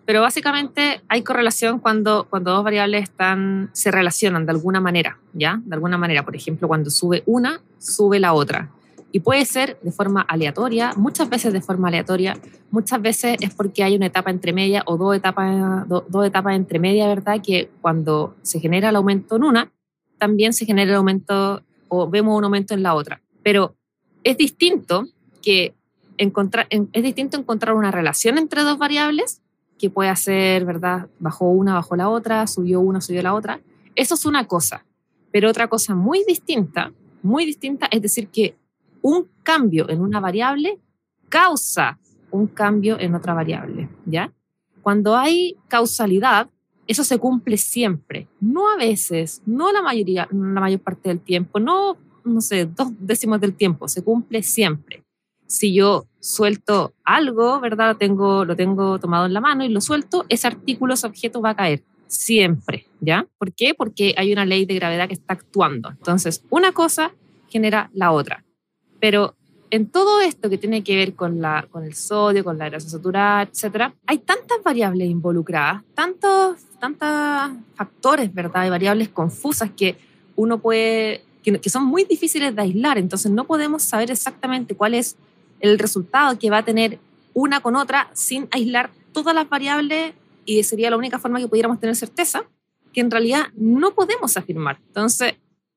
Pero básicamente hay correlación cuando, cuando dos variables están, se relacionan de alguna manera, ¿ya? De alguna manera, por ejemplo, cuando sube una, sube la otra. Y puede ser de forma aleatoria, muchas veces de forma aleatoria, muchas veces es porque hay una etapa entre media o dos etapas, do, dos etapas entre media, ¿verdad? Que cuando se genera el aumento en una, también se genera el aumento o vemos un aumento en la otra. Pero es distinto que encontrar, es distinto encontrar una relación entre dos variables que puede ser, ¿verdad? Bajó una, bajó la otra, subió una, subió la otra. Eso es una cosa. Pero otra cosa muy distinta, muy distinta, es decir que un cambio en una variable causa un cambio en otra variable, ¿ya? Cuando hay causalidad, eso se cumple siempre, no a veces, no la mayoría, la mayor parte del tiempo, no, no sé, dos décimos del tiempo, se cumple siempre. Si yo suelto algo, ¿verdad? Lo tengo, lo tengo tomado en la mano y lo suelto, ese artículo, ese objeto va a caer siempre, ¿ya? ¿Por qué? Porque hay una ley de gravedad que está actuando. Entonces, una cosa genera la otra. Pero en todo esto que tiene que ver con, la, con el sodio, con la grasa saturada, etcétera, hay tantas variables involucradas, tantos, tantos factores, ¿verdad? Y variables confusas que uno puede, que, que son muy difíciles de aislar. Entonces no podemos saber exactamente cuál es el resultado que va a tener una con otra sin aislar todas las variables, y sería la única forma que pudiéramos tener certeza, que en realidad no podemos afirmar. Entonces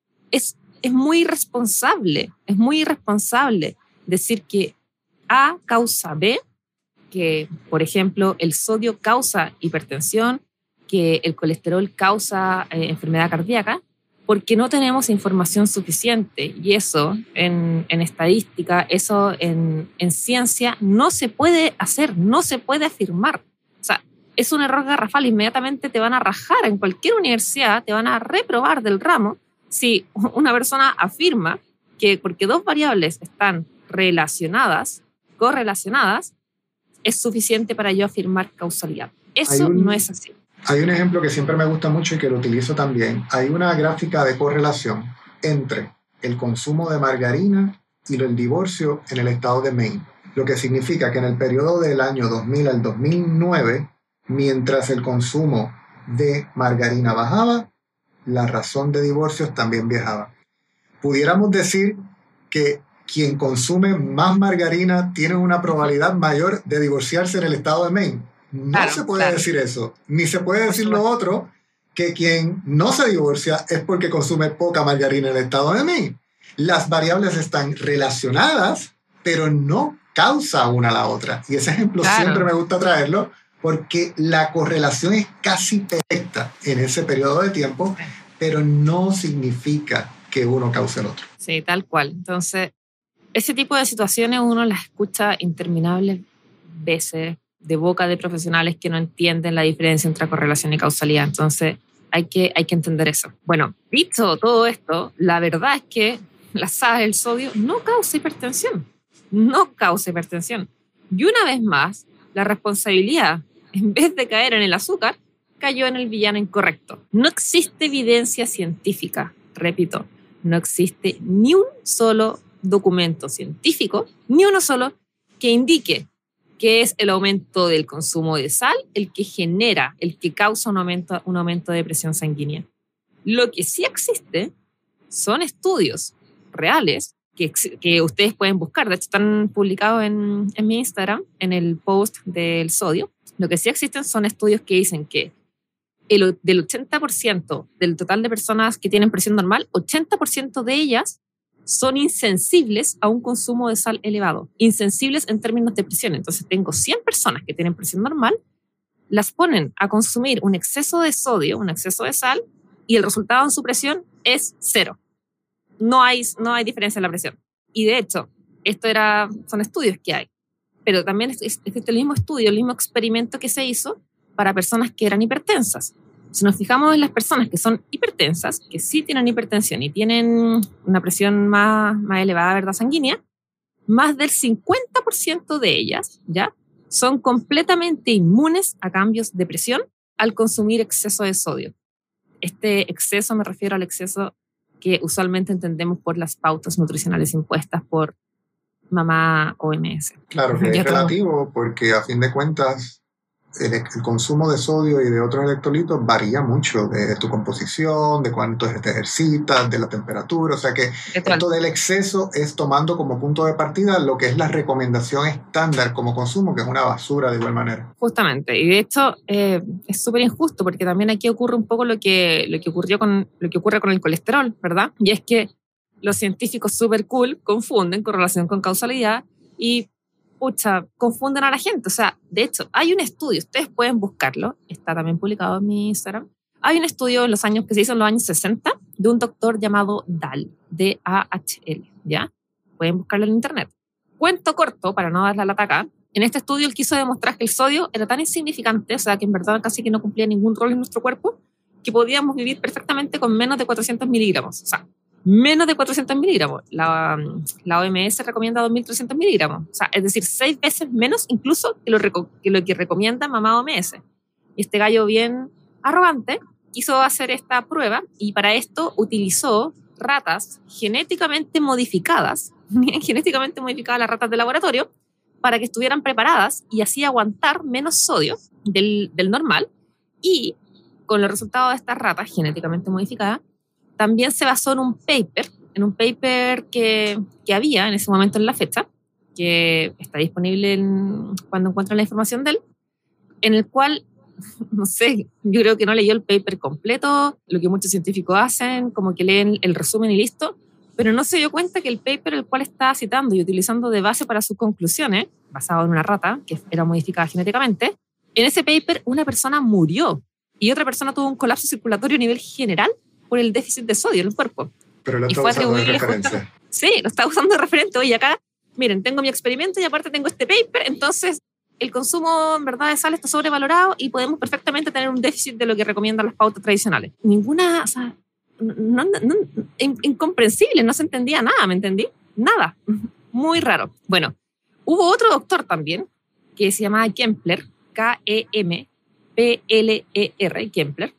es Es muy irresponsable, es muy irresponsable decir que A causa B, que, por ejemplo, el sodio causa hipertensión, que el colesterol causa eh, enfermedad cardíaca, porque no tenemos información suficiente. Y eso en, en estadística, eso en, en ciencia, no se puede hacer, no se puede afirmar. O sea, es un error garrafal, inmediatamente te van a rajar en cualquier universidad, te van a reprobar del ramo, si una persona afirma que porque dos variables están relacionadas, correlacionadas, es suficiente para yo afirmar causalidad. Eso un, no es así. Hay un ejemplo que siempre me gusta mucho y que lo utilizo también. Hay una gráfica de correlación entre el consumo de margarina y el divorcio en el estado de Maine. Lo que significa que en el periodo del año dos mil al dos mil nueve, mientras el consumo de margarina bajaba, la razón de divorcios también viajaba. Pudiéramos decir que quien consume más margarina tiene una probabilidad mayor de divorciarse en el estado de Maine. No claro, se puede claro. decir eso. Ni se puede decir lo otro, que quien no se divorcia es porque consume poca margarina en el estado de Maine. Las variables están relacionadas, pero no causa una a la otra. Y ese ejemplo claro. siempre me gusta traerlo, porque la correlación es casi perfecta en ese periodo de tiempo, pero no significa que uno cause el otro. Sí, tal cual. Entonces, ese tipo de situaciones uno las escucha interminables veces de boca de profesionales que no entienden la diferencia entre correlación y causalidad. Entonces, hay que, hay que entender eso. Bueno, dicho todo esto, la verdad es que la sal, el sodio, no causa hipertensión. No causa hipertensión. Y una vez más, la responsabilidad, en vez de caer en el azúcar, cayó en el villano incorrecto. No existe evidencia científica, repito, no existe ni un solo documento científico, ni uno solo, que indique que es el aumento del consumo de sal el que genera, el que causa un aumento, un aumento de presión sanguínea. Lo que sí existe son estudios reales que, que ustedes pueden buscar, de hecho están publicados en, en mi Instagram, en el post del sodio. Lo que sí existen son estudios que dicen que el, del ochenta por ciento del total de personas que tienen presión normal, ochenta por ciento de ellas son insensibles a un consumo de sal elevado. Insensibles en términos de presión. Entonces tengo cien personas que tienen presión normal, las ponen a consumir un exceso de sodio, un exceso de sal, y el resultado en su presión es cero. No hay, no hay diferencia en la presión. Y de hecho, esto era, son estudios que hay. Pero también existe el mismo estudio, el mismo experimento que se hizo para personas que eran hipertensas. Si nos fijamos en las personas que son hipertensas, que sí tienen hipertensión y tienen una presión más, más elevada, ¿verdad?, sanguínea, más del cincuenta por ciento de ellas, ¿ya?, son completamente inmunes a cambios de presión al consumir exceso de sodio. Este exceso me refiero al exceso que usualmente entendemos por las pautas nutricionales impuestas por mamá O M S. Claro que es relativo, porque a fin de cuentas el, el consumo de sodio y de otros electrolitos varía mucho de tu composición, de cuánto te ejercitas, de la temperatura. O sea que esto del exceso es tomando como punto de partida lo que es la recomendación estándar como consumo, que es una basura de igual manera. Justamente. Y de hecho eh, es súper injusto porque también aquí ocurre un poco lo que, lo que ocurrió con lo que ocurre con el colesterol, ¿verdad? Y es que los científicos súper cool confunden correlación con causalidad y pucha, confunden a la gente. O sea, de hecho, hay un estudio, ustedes pueden buscarlo, está también publicado en mi Instagram. Hay un estudio en los años que se hizo en los años sesenta de un doctor llamado Dahl, D A H L, ¿ya? Pueden buscarlo en internet. Cuento corto, para no dar la lata acá. En este estudio él quiso demostrar que el sodio era tan insignificante, o sea, que en verdad casi que no cumplía ningún rol en nuestro cuerpo, que podíamos vivir perfectamente con menos de cuatrocientos miligramos. O sea, menos de cuatrocientos miligramos. La, la O M S recomienda dos mil trescientos miligramos. O sea, es decir, seis veces menos incluso que lo, que lo que recomienda mamá O M S. Y este gallo bien arrogante quiso hacer esta prueba y para esto utilizó ratas genéticamente modificadas, genéticamente modificadas las ratas de laboratorio, para que estuvieran preparadas y así aguantar menos sodio del, del normal. Y con los resultados de estas ratas genéticamente modificadas, también se basó en un paper, en un paper que, que había en ese momento en la fecha, que está disponible en, cuando encuentren la información de él, en el cual, no sé, yo creo que no leyó el paper completo, lo que muchos científicos hacen, como que leen el resumen y listo, pero no se dio cuenta que el paper el cual estaba citando y utilizando de base para sus conclusiones, basado en una rata que era modificada genéticamente, en ese paper una persona murió y otra persona tuvo un colapso circulatorio a nivel general por el déficit de sodio en el cuerpo. Pero lo está usando de referencia. Justo, sí, lo está usando de referente. Oye, acá, miren, tengo mi experimento y aparte tengo este paper, entonces el consumo en verdad de sal está sobrevalorado y podemos perfectamente tener un déficit de lo que recomiendan las pautas tradicionales. Ninguna, o sea, no, no, no, incomprensible, no se entendía nada, ¿me entendí? Nada, muy raro. Bueno, hubo otro doctor también que se llamaba Kempler, K E M P L E R, Kempler,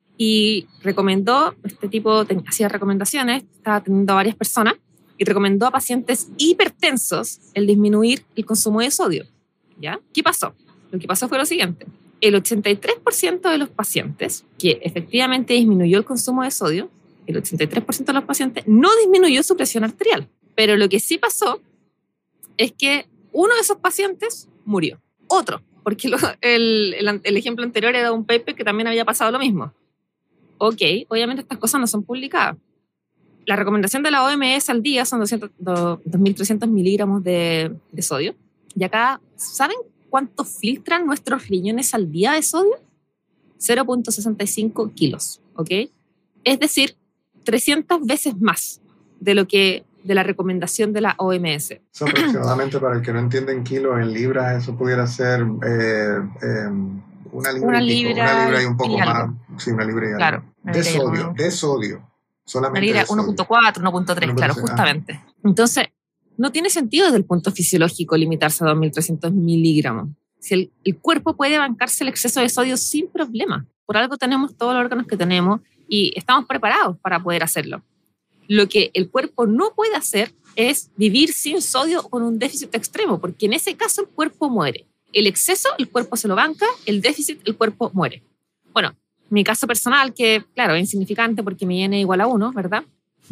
y recomendó, este tipo ten, hacía recomendaciones, estaba atendiendo a varias personas, y recomendó a pacientes hipertensos el disminuir el consumo de sodio. ¿Ya? ¿Qué pasó? Lo que pasó fue lo siguiente. El ochenta y tres por ciento de los pacientes que efectivamente disminuyó el consumo de sodio, el ochenta y tres por ciento de los pacientes no disminuyó su presión arterial. Pero lo que sí pasó es que uno de esos pacientes murió. Otro, porque lo, el, el, el ejemplo anterior era un paper que también había pasado lo mismo. Ok, obviamente estas cosas no son publicadas. La recomendación de la O M S al día son doscientos, dos mil trescientos miligramos de, de sodio. Y acá, ¿saben cuánto filtran nuestros riñones al día de sodio? cero punto sesenta y cinco kilos, ¿ok? Es decir, trescientas veces más de lo que de la recomendación de la O M S. Eso aproximadamente, para el que no entiende en kilos, en libras, eso pudiera ser eh, eh, una libra, una y libra, pico, una libra y un poco y más. Sí, una libra y algo. Claro. De sodio, algo. de sodio. Solamente una libra uno punto cuatro, uno punto tres, claro, justamente. Ah. Entonces, no tiene sentido desde el punto fisiológico limitarse a dos mil trescientos miligramos. Si el, el cuerpo puede bancarse el exceso de sodio sin problema. Por algo tenemos todos los órganos que tenemos y estamos preparados para poder hacerlo. Lo que el cuerpo no puede hacer es vivir sin sodio con un déficit extremo, porque en ese caso el cuerpo muere. El exceso, el cuerpo se lo banca, el déficit, el cuerpo muere. Bueno, mi caso personal, que claro, es insignificante porque mi N es igual a uno, ¿verdad?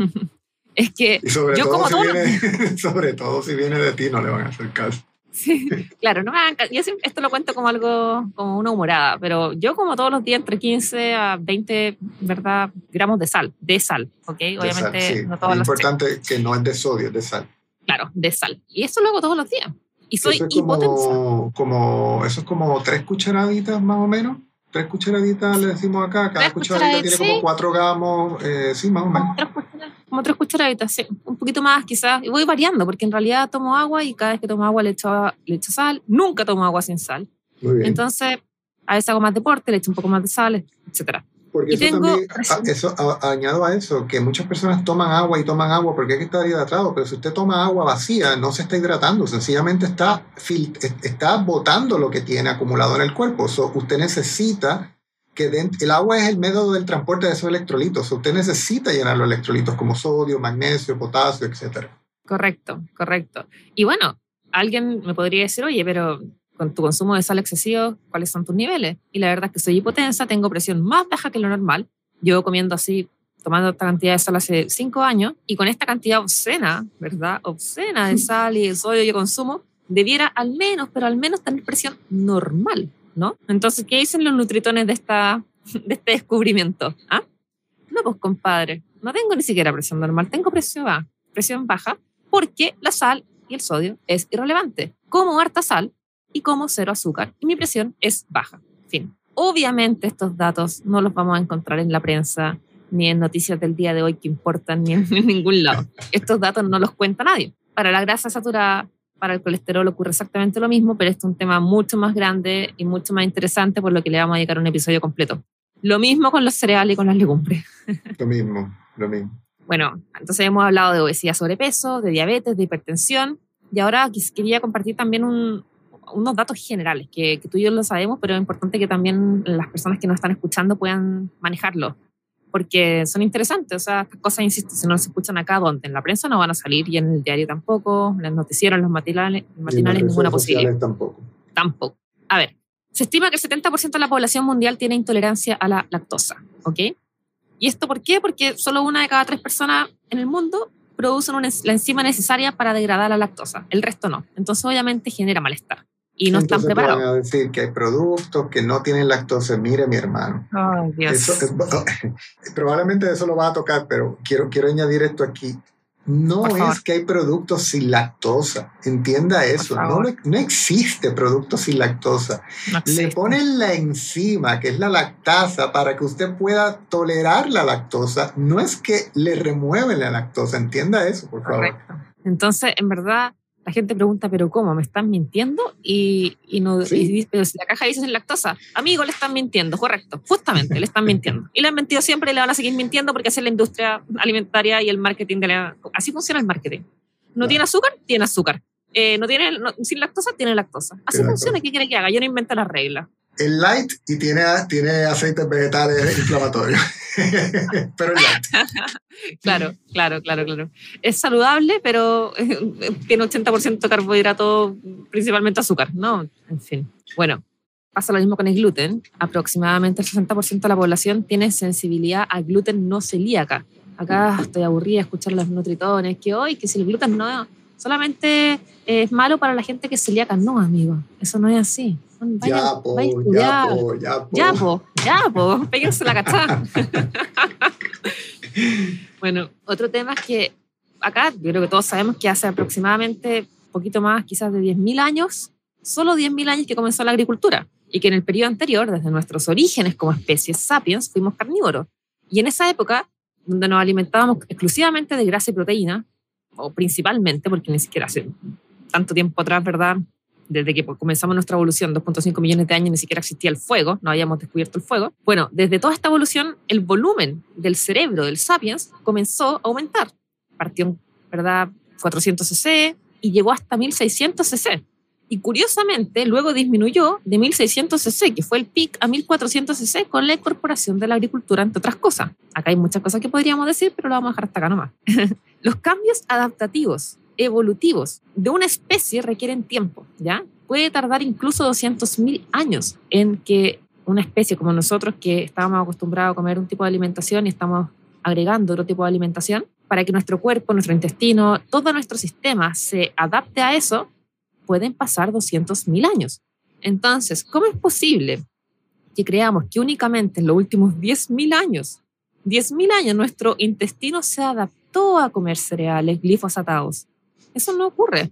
Es que y sobre yo todo como si todo... viene, sobre todo si viene de ti, no le van a hacer caso. Sí, claro, no me hagan caso. Yo siempre, esto lo cuento como algo, como una humorada, pero yo como todos los días entre quince a veinte, ¿verdad? Gramos de sal, de sal, ¿ok? De Obviamente sal, sí. no todos es los importante días. Que no es de sodio, es de sal. Claro, de sal. Y eso lo hago todos los días. Y soy eso es hipotensa. Como, como, eso es como tres cucharaditas más o menos. Tres cucharaditas le decimos acá. Cada cucharadita tiene como cuatro gramos. Eh, sí, más o menos. Como tres, como tres cucharaditas, sí. Un poquito más quizás. Y voy variando porque en realidad tomo agua y cada vez que tomo agua le echo, le echo sal. Nunca tomo agua sin sal. Muy bien. Entonces, a veces hago más deporte, le echo un poco más de sal, etcétera. Porque y eso tengo también, a, eso, a, añado a eso, que muchas personas toman agua y toman agua porque hay que estar hidratado, pero si usted toma agua vacía, no se está hidratando, sencillamente está, está botando lo que tiene acumulado en el cuerpo. So, usted necesita que de, el agua es el método del transporte de esos electrolitos. So, usted necesita llenar los electrolitos como sodio, magnesio, potasio, etcétera. Correcto, correcto. Y bueno, alguien me podría decir, oye, pero con tu consumo de sal excesivo, cuáles son tus niveles. Y la verdad es que soy hipotensa, tengo presión más baja que lo normal. Llevo comiendo así, tomando esta cantidad de sal hace cinco años, y con esta cantidad obscena, ¿verdad? Obscena de sal y de sodio que consumo, debiera al menos, pero al menos tener presión normal, ¿no? Entonces, ¿qué dicen los nutritones de, esta, de este descubrimiento? ¿Ah? No, pues compadre, no tengo ni siquiera presión normal, tengo presión baja, presión baja porque la sal y el sodio es irrelevante. Como harta sal y como cero azúcar y mi presión es baja. Fin. Obviamente estos datos no los vamos a encontrar en la prensa ni en noticias del día de hoy que importan ni en, en ningún lado. Estos datos no los cuenta nadie. Para la grasa saturada, para el colesterol ocurre exactamente lo mismo, pero este es un tema mucho más grande y mucho más interesante, por lo que le vamos a dedicar un episodio completo. Lo mismo con los cereales y con las legumbres. Lo mismo, lo mismo. Bueno, entonces hemos hablado de obesidad, sobrepeso, de diabetes, de hipertensión, y ahora quería compartir también un, unos datos generales, que, que tú y yo lo sabemos, pero es importante que también las personas que nos están escuchando puedan manejarlo, porque son interesantes. O sea, estas cosas, insisto, si no se escuchan acá, ¿dónde? En la prensa no van a salir, y en el diario tampoco, en el noticiero, en los matinales, matinales ninguna posibilidad. Tampoco. Tampoco. A ver, se estima que el setenta por ciento de la población mundial tiene intolerancia a la lactosa, ¿ok? ¿Y esto por qué? Porque solo una de cada tres personas en el mundo producen una, la enzima necesaria para degradar la lactosa. El resto no. Entonces, obviamente, genera malestar. Y no Entonces están preparados. Van a decir que hay productos que no tienen lactosa. Mire, mi hermano. Ay, Dios. Eso es, probablemente eso lo va a tocar, pero quiero, quiero añadir esto aquí. No es que hay productos sin lactosa. Entienda eso. No, no existe producto sin lactosa. No existe. Le ponen la enzima, que es la lactasa, para que usted pueda tolerar la lactosa. No es que le remueven la lactosa. Entienda eso, por favor. Correcto. Entonces, en verdad, la gente pregunta, ¿pero cómo? ¿Me están mintiendo? Y, y no, ¿sí? y, pero si la caja dice sin lactosa, amigo, le están mintiendo, correcto, justamente, le están mintiendo. Y le han mentido siempre y le van a seguir mintiendo porque así es la industria alimentaria y el marketing. De la, así funciona el marketing. ¿No claro. tiene azúcar? Tiene azúcar. Eh, ¿No tiene no, sin lactosa? Tiene lactosa. Así tiene funciona. Lactosa. ¿Qué quiere que haga? Yo no invento las reglas. El light y tiene, tiene aceites vegetales inflamatorios. Pero el light. Claro, claro, claro, claro. Es saludable, pero tiene ochenta por ciento de carbohidratos, principalmente azúcar, ¿no? En fin. Bueno, pasa lo mismo con el gluten. Aproximadamente el sesenta por ciento de la población tiene sensibilidad al gluten no celíaca. Acá estoy aburrida de escuchar los nutritones, que hoy, que si el gluten no solamente es malo para la gente que es celíaca. No, amigo, eso no es así. Vaya, ya, po, ya, po, ya, po. Ya, po, ya, po, péguense la cachada. Bueno, otro tema es que acá, yo creo que todos sabemos que hace aproximadamente un poquito más, quizás de diez mil años, solo diez mil años que comenzó la agricultura, y que en el periodo anterior, desde nuestros orígenes como especies sapiens, fuimos carnívoros. Y en esa época, donde nos alimentábamos exclusivamente de grasa y proteína, o principalmente, porque ni siquiera hace tanto tiempo atrás, ¿verdad?, desde que comenzamos nuestra evolución, dos punto cinco millones de años, ni siquiera existía el fuego, no habíamos descubierto el fuego. Bueno, desde toda esta evolución, el volumen del cerebro del sapiens comenzó a aumentar. Partió, ¿verdad?, cuatrocientos cc y llegó hasta mil seiscientos cc. Y curiosamente, luego disminuyó de mil seiscientos cc, que fue el pic, a mil cuatrocientos cc con la incorporación de la agricultura, entre otras cosas. Acá hay muchas cosas que podríamos decir, pero lo vamos a dejar hasta acá nomás. Los cambios adaptativos evolutivos de una especie requieren tiempo, ¿ya? Puede tardar incluso doscientos mil años en que una especie como nosotros, que estábamos acostumbrados a comer un tipo de alimentación y estamos agregando otro tipo de alimentación, para que nuestro cuerpo, nuestro intestino, todo nuestro sistema se adapte a eso, pueden pasar doscientos mil años. Entonces, ¿cómo es posible que creamos que únicamente en los últimos diez mil años, diez mil años, nuestro intestino se adaptó a comer cereales glifosatados? Eso no ocurre.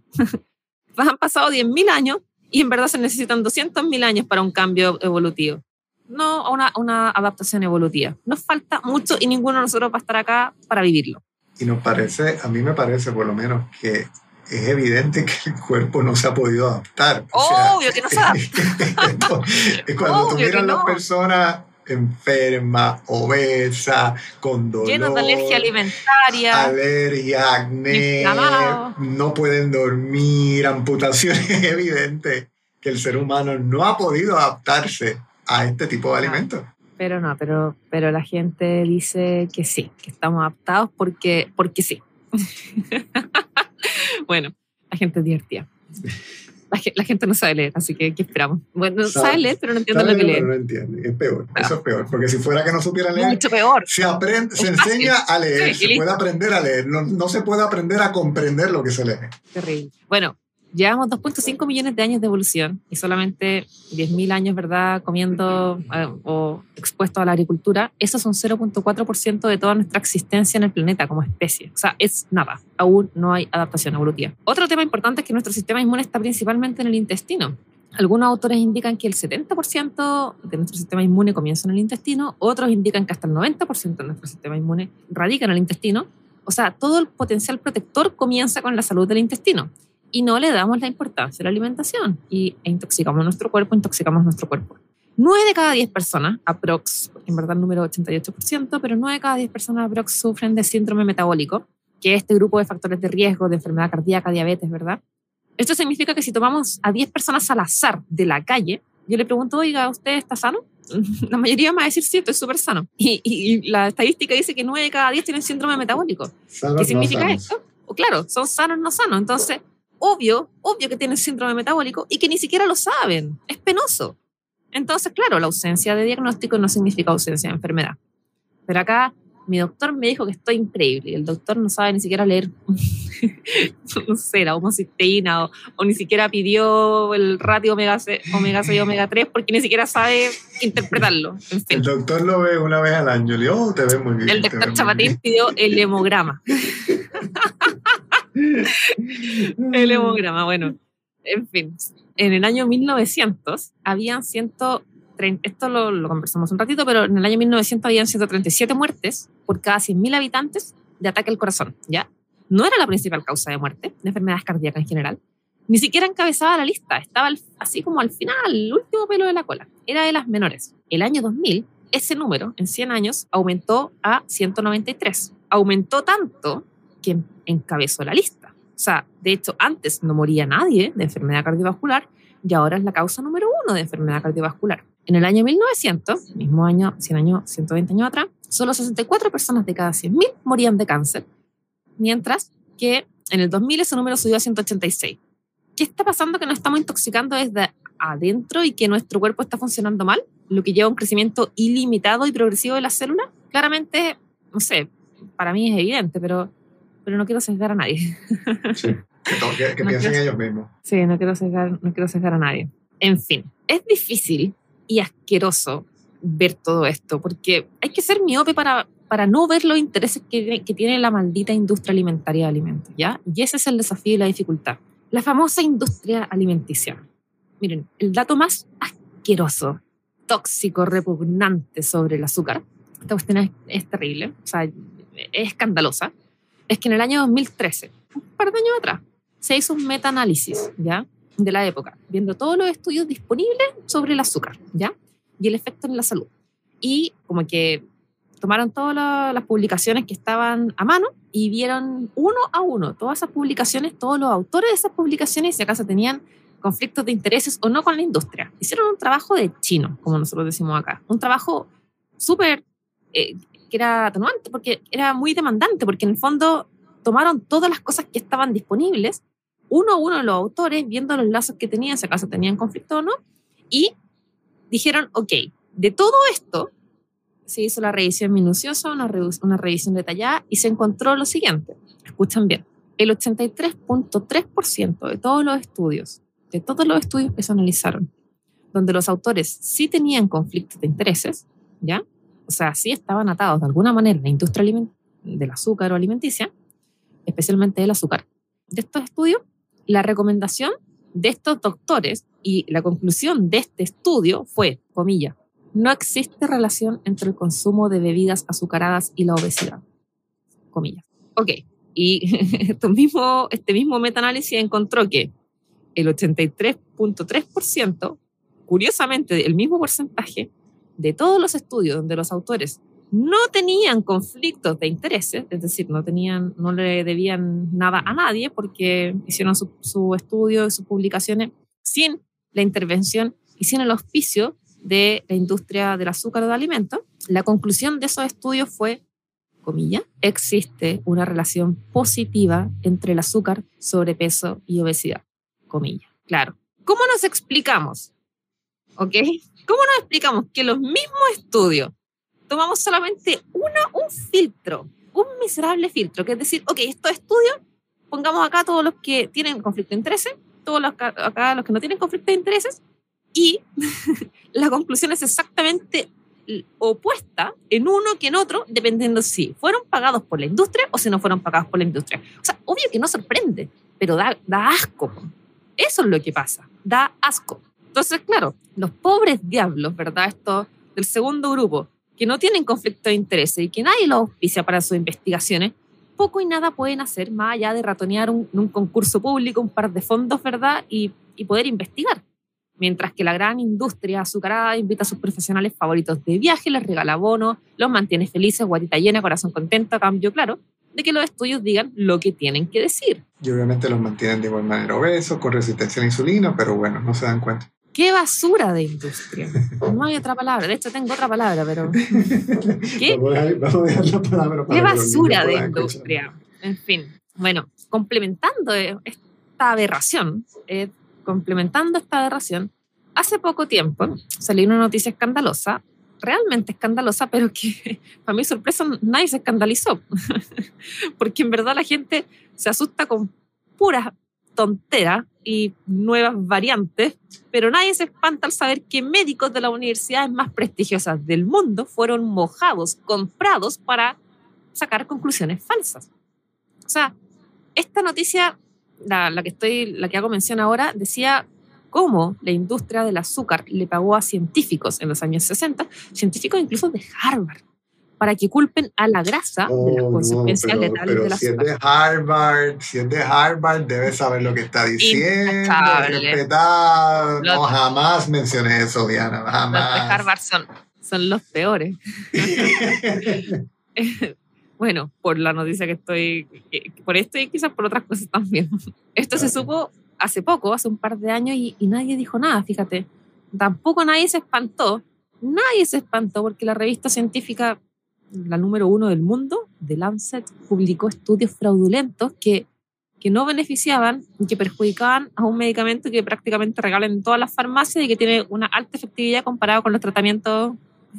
Han pasado diez mil años y en verdad se necesitan doscientos mil años para un cambio evolutivo. No una, una adaptación evolutiva. Nos falta mucho y ninguno de nosotros va a estar acá para vivirlo. Y nos parece, a mí me parece por lo menos que es evidente que el cuerpo no se ha podido adaptar. Obvio o sea, que no se adapta. Cuando Obvio tú miras a no. las personas enferma, obesa, con dolor, llenos de alergia alimentaria, alergia, acné, inflamado, no pueden dormir, amputaciones. Es evidente que el ser humano no ha podido adaptarse a este tipo de alimentos. Pero no, pero, pero la gente dice que sí, que estamos adaptados porque, porque sí. Bueno, la gente es divertida. La, la gente no sabe leer, así que ¿qué esperamos? Bueno, sabe, sabe leer, pero no entiende lo que lee. Pero no entiende, es peor, no. Eso es peor, porque si fuera que no supiera leer, mucho peor. Se, aprende, se enseña a leer, sí, se puede aprender a leer, no, no se puede aprender a comprender lo que se lee. Terrible. Bueno, llevamos dos punto cinco millones de años de evolución y solamente diez mil años, ¿verdad?, comiendo eh, o expuestos a la agricultura. Eso es un cero punto cuatro por ciento de toda nuestra existencia en el planeta como especie. O sea, es nada. Aún no hay adaptación evolutiva. Otro tema importante es que nuestro sistema inmune está principalmente en el intestino. Algunos autores indican que el setenta por ciento de nuestro sistema inmune comienza en el intestino, otros indican que hasta el noventa por ciento de nuestro sistema inmune radica en el intestino. O sea, todo el potencial protector comienza con la salud del intestino. Y no le damos la importancia a la alimentación y e intoxicamos nuestro cuerpo, intoxicamos nuestro cuerpo. nueve de cada diez personas, aprox, porque en verdad el número es ochenta y ocho por ciento, pero nueve de cada diez personas aprox sufren de síndrome metabólico, que es este grupo de factores de riesgo de enfermedad cardíaca, diabetes, ¿verdad? Esto significa que si tomamos a diez personas al azar de la calle, yo le pregunto, oiga, ¿usted está sano? La mayoría me va a decir, sí, estoy súper sano. Y, y, y la estadística dice que nueve de cada diez tienen síndrome metabólico. Sanos, ¿Qué significa no esto? O claro, son sanos, no sanos. Entonces, obvio, obvio que tienen síndrome metabólico y que ni siquiera lo saben. Es penoso. Entonces, claro, la ausencia de diagnóstico no significa ausencia de enfermedad. Pero acá mi doctor me dijo que estoy increíble y el doctor no sabe ni siquiera leer, no sé, la homocisteína o, o ni siquiera pidió el ratio omega seis y omega tres porque ni siquiera sabe interpretarlo. En fin. El doctor lo ve una vez al año. Le digo, oh, te ves muy bien. El doctor Chapatín pidió el hemograma. El hemograma, bueno, en fin. En el año mil novecientos habían ciento treinta, esto lo, lo conversamos un ratito, pero en el año mil novecientos habían ciento treinta y siete muertes por cada cien mil habitantes de ataque al corazón, ¿ya? No era la principal causa de muerte, de enfermedades cardíacas en general. Ni siquiera encabezaba la lista, estaba al, así como al final, el último pelo de la cola. Era de las menores. El año dos mil, ese número, en cien años, aumentó a ciento noventa y tres. Aumentó tanto que encabezó la lista. O sea, de hecho, antes no moría nadie de enfermedad cardiovascular y ahora es la causa número uno de enfermedad cardiovascular. En el año mil novecientos, mismo año, cien años, ciento veinte años atrás, solo sesenta y cuatro personas de cada cien mil morían de cáncer, mientras que en el dos mil ese número subió a ciento ochenta y seis. ¿Qué está pasando que nos estamos intoxicando desde adentro y que nuestro cuerpo está funcionando mal? Lo que lleva a un crecimiento ilimitado y progresivo de las células. Claramente, no sé, para mí es evidente, pero, pero no quiero sesgar a nadie. Sí, que, to- que, que No piensen quiero- ellos mismos. Sí, no quiero sesgar, no quiero sesgar a nadie. En fin, es difícil y asqueroso ver todo esto, porque hay que ser miope para, para no ver los intereses que, que tiene la maldita industria alimentaria de alimentos, ¿ya? Y ese es el desafío y la dificultad. La famosa industria alimenticia. Miren, el dato más asqueroso, tóxico, repugnante sobre el azúcar, esta cuestión es, es terrible, o sea, es escandalosa, es que en el año dos mil trece, un par de años atrás, se hizo un metaanálisis, ¿ya?, de la época, viendo todos los estudios disponibles sobre el azúcar, ¿ya?, y el efecto en la salud. Y como que tomaron todas la- las publicaciones que estaban a mano y vieron uno a uno todas esas publicaciones, todos los autores de esas publicaciones, si acaso tenían conflictos de intereses o no con la industria. Hicieron un trabajo de chino, como nosotros decimos acá. Un trabajo súper, eh, que era atenuante, porque era muy demandante, porque en el fondo tomaron todas las cosas que estaban disponibles, uno a uno de los autores, viendo los lazos que tenían, si acaso tenían conflicto o no, y dijeron, ok, de todo esto se hizo la revisión minuciosa, una, re- una revisión detallada, y se encontró lo siguiente. Escuchan bien. El ochenta y tres punto tres por ciento de todos los estudios, de todos los estudios que se analizaron, donde los autores sí tenían conflictos de intereses, ¿ya? O sea, sí estaban atados de alguna manera a la industria aliment- del azúcar o alimenticia, especialmente del azúcar. De estos estudios, la recomendación de estos doctores y la conclusión de este estudio fue, comilla, no existe relación entre el consumo de bebidas azucaradas y la obesidad. Comillas. Ok. Y esto mismo, este mismo metaanálisis encontró que el ochenta y tres punto tres por ciento, curiosamente el mismo porcentaje, de todos los estudios donde los autores no tenían conflictos de intereses, es decir, no, tenían, no le debían nada a nadie porque hicieron su, su estudio y sus publicaciones sin la intervención y sin el auspicio de la industria del azúcar o de alimentos, la conclusión de esos estudios fue, comilla, existe una relación positiva entre el azúcar, sobrepeso y obesidad, comilla. Claro. ¿Cómo nos explicamos? ¿Ok? ¿Cómo nos explicamos que los mismos estudios tomamos solamente uno, un filtro, un miserable filtro, que es decir, ok, estos estudios, pongamos acá todos los que tienen conflicto de intereses, todos los acá, acá los que no tienen conflicto de intereses, y la conclusión es exactamente opuesta en uno que en otro, dependiendo si fueron pagados por la industria o si no fueron pagados por la industria. O sea, obvio que no sorprende, pero da, da asco. Eso es lo que pasa, da asco. Entonces, claro, los pobres diablos, ¿verdad? Estos del segundo grupo, que no tienen conflicto de intereses y que nadie los auspicia para sus investigaciones, poco y nada pueden hacer más allá de ratonear un, un concurso público, un par de fondos, ¿verdad? Y, y poder investigar. Mientras que la gran industria azucarada invita a sus profesionales favoritos de viaje, les regala bonos, los mantiene felices, guatita llena, corazón contento, a cambio, claro, de que los estudios digan lo que tienen que decir. Y obviamente los mantienen de igual manera obesos, con resistencia a la insulina, pero bueno, no se dan cuenta. ¡Qué basura de industria! No hay otra palabra. De hecho, tengo otra palabra, pero... ¿Qué? Vamos a dejar, vamos a dejar la palabra para ¡Qué basura de escuchar. industria! En fin, bueno, complementando esta aberración, eh, complementando esta aberración, hace poco tiempo salió una noticia escandalosa, realmente escandalosa, pero que para mi sorpresa nadie se escandalizó. Porque en verdad la gente se asusta con puras tonteras y nuevas variantes, pero nadie se espanta al saber que médicos de las universidades más prestigiosas del mundo fueron mojados, comprados para sacar conclusiones falsas. O sea, esta noticia, la, la, que, estoy, la que hago mención ahora, decía cómo la industria del azúcar le pagó a científicos en los años sesenta, científicos incluso de Harvard, para que culpen a la grasa oh, de las consecuencias no, pero, letales pero del si azúcar. es de Harvard, si es de Harvard, debe saber lo que está diciendo, Intachable. respetado. Los, no, jamás mencioné eso, Diana, jamás. Los de Harvard son, son los peores. Bueno, por la noticia que estoy, por esto y quizás por otras cosas también. Esto claro. Se supo hace poco, hace un par de años, y, y nadie dijo nada, fíjate. Tampoco nadie se espantó. Nadie se espantó porque la revista científica, la número uno del mundo, The Lancet, publicó estudios fraudulentos que, que no beneficiaban y que perjudicaban a un medicamento que prácticamente regalan en todas las farmacias y que tiene una alta efectividad comparado con los tratamientos,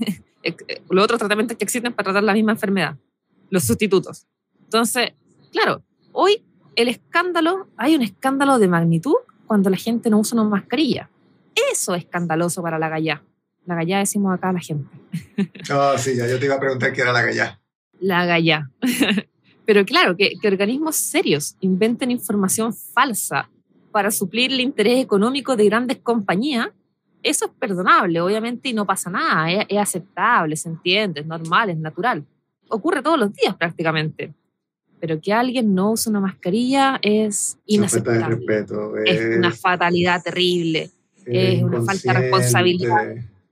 los otros tratamientos que existen para tratar la misma enfermedad, los sustitutos. Entonces, claro, hoy el escándalo, hay un escándalo de magnitud cuando la gente no usa una mascarilla. Eso es escandaloso para la gallá. La gallá decimos acá a la gente. Oh, sí, ya yo te iba a preguntar qué era la gallá. La gallá. Pero claro, que, que organismos serios inventen información falsa para suplir el interés económico de grandes compañías, eso es perdonable, obviamente, y no pasa nada, es, es aceptable, se entiende, es normal, es natural. Ocurre todos los días prácticamente. Pero que alguien no use una mascarilla es inaceptable. Falta de respeto. Es, es una fatalidad terrible. Es una falta de responsabilidad.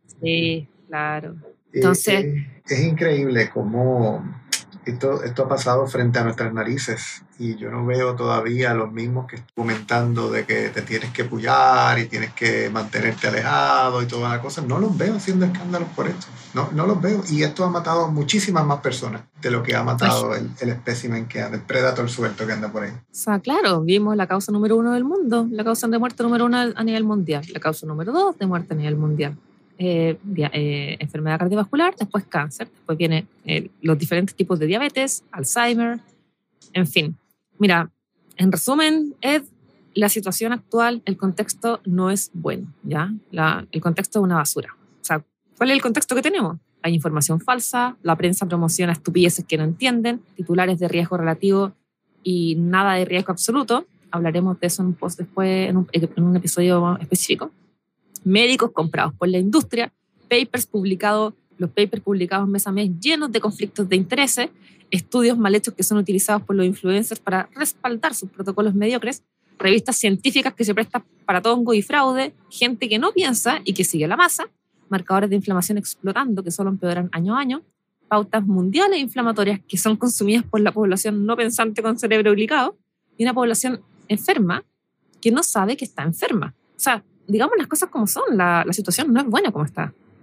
Sí, claro. Entonces, es, es, es increíble cómo esto, esto ha pasado frente a nuestras narices y yo no veo todavía los mismos que están comentando de que te tienes que puyar y tienes que mantenerte alejado y todas las cosas. No los veo haciendo escándalos por esto. No, no los veo. Y esto ha matado a muchísimas más personas de lo que ha matado el, el espécimen que anda, el predator suelto que anda por ahí. O sea, claro, vimos la causa número uno del mundo, la causa de muerte número uno a nivel mundial, la causa número dos de muerte a nivel mundial. Eh, dia, eh, enfermedad cardiovascular, después cáncer, después vienen eh, los diferentes tipos de diabetes, Alzheimer, en fin. Mira, en resumen, Ed, la situación actual, el contexto no es bueno, ¿ya? La, el contexto es una basura. O sea, ¿cuál es el contexto que tenemos? Hay información falsa, la prensa promociona estupideces que no entienden, titulares de riesgo relativo y nada de riesgo absoluto. Hablaremos de eso en un post después, en un, en un episodio específico. Médicos comprados por la industria, papers publicados, los papers publicados mes a mes llenos de conflictos de intereses, estudios mal hechos que son utilizados por los influencers para respaldar sus protocolos mediocres, revistas científicas que se prestan para tongo y fraude, gente que no piensa y que sigue la masa, marcadores de inflamación explotando que solo empeoran año a año, pautas mundiales inflamatorias que son consumidas por la población no pensante con cerebro glicado y una población enferma que no sabe que está enferma. O sea, digamos las cosas como son, la, la situación no es buena como está.